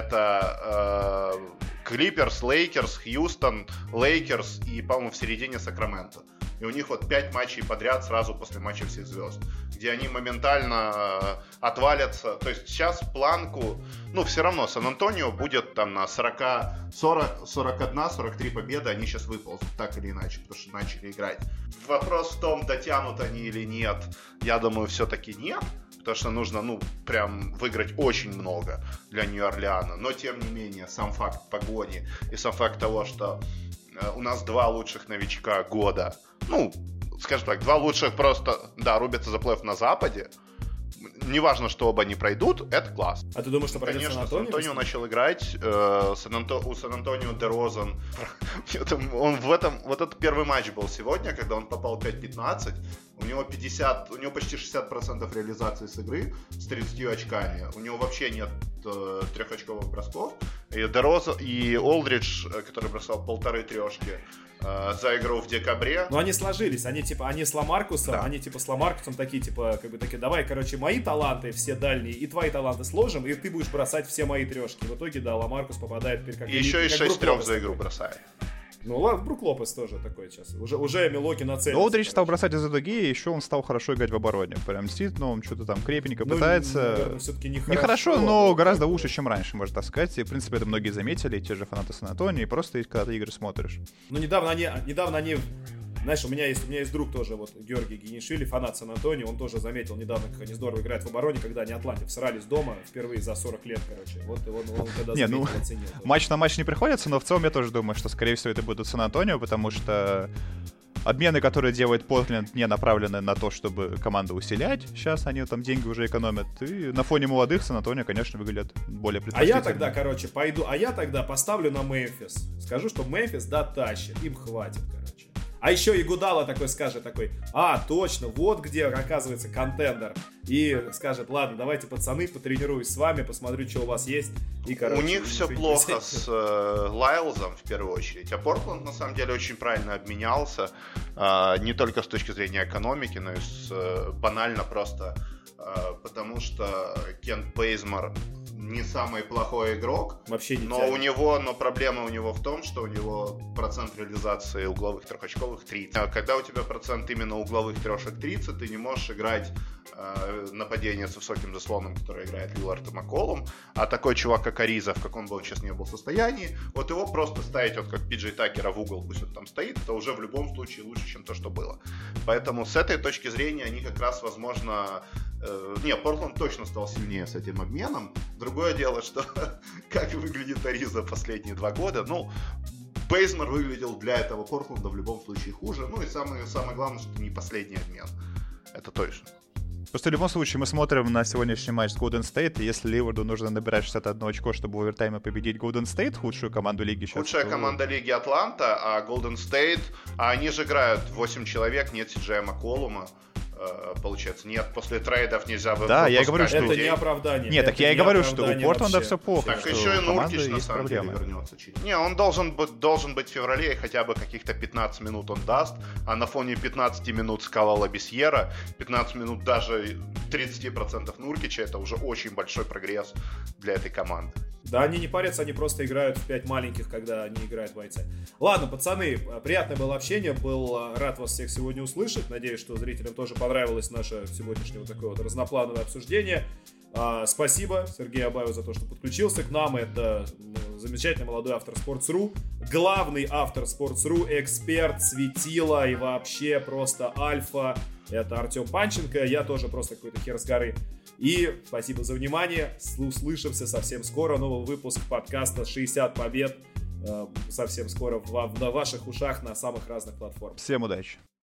Это Клиперс, Лейкерс, Хьюстон, Лейкерс и, по-моему, в середине Сакраменто. И у них вот пять матчей подряд сразу после матча всех звезд, где они моментально отвалятся. То есть сейчас планку, ну, все равно Сан-Антонио будет там на сорок, сорок, сорок один, сорок три победы, они сейчас выползут так или иначе, потому что начали играть. Вопрос в том, дотянут они или нет. Я думаю, все-таки нет, потому что нужно, ну, прям выиграть очень много для Нью-Орлеана. Но, тем не менее, сам факт погони и сам факт того, что у нас два лучших новичка года, ну, скажем так, два лучших просто, да, рубятся за плей-офф на Западе. Неважно, что оба не пройдут, это класс. А ты думаешь, что пройдет Конечно, Сан-Антонио? Сан-Антонио начал играть, э, Сан-Анто... у Сан-Антонио Дерозан, он в этом, вот этот первый матч был сегодня, когда он попал пять пятнадцать, у него пятьдесят, у него почти шестьдесят процентов реализации с игры с тридцатью очками, у него вообще нет э, трехочковых бросков, И Дероза, и Олдридж, который бросал полторы трешки за игру в декабре. Но они сложились, они типа, они с Ламаркусом, да. они типа с Ламаркусом такие, типа, как бы такие, давай, короче, мои таланты все дальние и твои таланты сложим, и ты будешь бросать все мои трешки. В итоге, да, Ламаркус попадает теперь как... И еще и шесть трёх за игру бросает. Ну, ладно, Брук Лопес тоже такой сейчас. Уже, уже Милоки нацелился. Олдридж стал бросать из-за дуги, и еще он стал хорошо играть в обороне. Прям сидит, но он что-то там крепенько ну, пытается. Наверное, все-таки не, не хорошо, хорошо, но гораздо лучше, чем раньше, можно так сказать. И, в принципе, это многие заметили, те же фанаты Сан-Антонио, и просто когда ты игры смотришь. Ну, недавно они, недавно они... Знаешь, у меня есть, у меня есть друг тоже, вот, Георгий Генишвили, фанат Сан-Антонио, он тоже заметил недавно, как они здорово играют в обороне, когда они Атланте всрались дома впервые за сорок лет, короче. Вот он, он когда не, заметил, ну, оценил. Матч на матч не приходится, но в целом я тоже думаю, что, скорее всего, это будут Сан-Антонио, потому что обмены, которые делает Портленд, не направлены на то, чтобы команду усилять. Сейчас они там деньги уже экономят. И на фоне молодых Сан-Антонио, конечно, выглядят более предпочтительно. А я тогда, короче, пойду, а я тогда поставлю на Мемфис. Скажу, что Мемфис дотащит, им хватит, короче. А еще Игудала такой скажет, такой, а, точно, вот где, оказывается, контендер. И скажет, ладно, давайте, пацаны, потренируюсь с вами, посмотрю, что у вас есть. И, короче, у них все плохо с э, Лайлзом, в первую очередь. А Портленд, на самом деле, очень правильно обменялся. Э, не только с точки зрения экономики, но и с, э, банально просто э, потому, что Кент Бейзмор не самый плохой игрок, вообще не но тянет. у него, но проблема у него в том, что у него процент реализации угловых трехочковых тридцать. Когда у тебя процент именно угловых трешек тридцать, ты не можешь играть э, нападение с высоким заслоном, который играет Лиллард и Макколум, а такой чувак, как Ариза, в каком бы он сейчас не был состоянии, вот его просто ставить, вот как Пиджей Такера в угол, пусть он там стоит, это уже в любом случае лучше, чем то, что было. Поэтому с этой точки зрения они как раз, возможно... Э, не, Портленд точно стал сильнее с этим обменом. Другое дело, что как выглядит Ариза последние два года, ну, Бейзмор выглядел для этого Портленда в любом случае хуже. Ну и самое, самое главное, что это не последний обмен. Это точно. Просто в любом случае мы смотрим на сегодняшний матч с Golden State, и если Ливарду нужно набирать шестьдесят одно очко, чтобы в овертайме победить Golden State, худшую команду лиги сейчас. Худшая то... команда лиги Атланта, а Golden State, а они же играют восемь человек, нет Си-Джея Макколума. Получается, нет, после трейдов нельзя выпускать. Да, я и говорю, что... Это не оправдание. Нет, так я и говорю, что у Портленда все плохо. Так еще и Нуркич, на самом деле, вернется. Не, он должен быть, должен быть в феврале, и хотя бы каких-то пятнадцать минут он даст, а на фоне пятнадцати минут Скала Лабисьера, пятнадцать минут даже тридцать процентов Нуркича, это уже очень большой прогресс для этой команды. Да, они не парятся, они просто играют в пять маленьких, когда они играют в бойце. Ладно, пацаны, приятное было общение, был рад вас всех сегодня услышать. Надеюсь, что зрителям тоже понравилось наше сегодняшнее вот такое вот разноплановое обсуждение. А, спасибо Сергею Абаеву за то, что подключился к нам. Это замечательный молодой автор Sports.ru, главный автор Sports.ru, эксперт, светило и вообще просто альфа. Это Артем Панченко, я тоже просто какой-то хер с горы. И спасибо за внимание. Услышимся совсем скоро. Новый выпуск подкаста шестьдесят побед. Совсем скоро в ваших ушах на самых разных платформах. Всем удачи.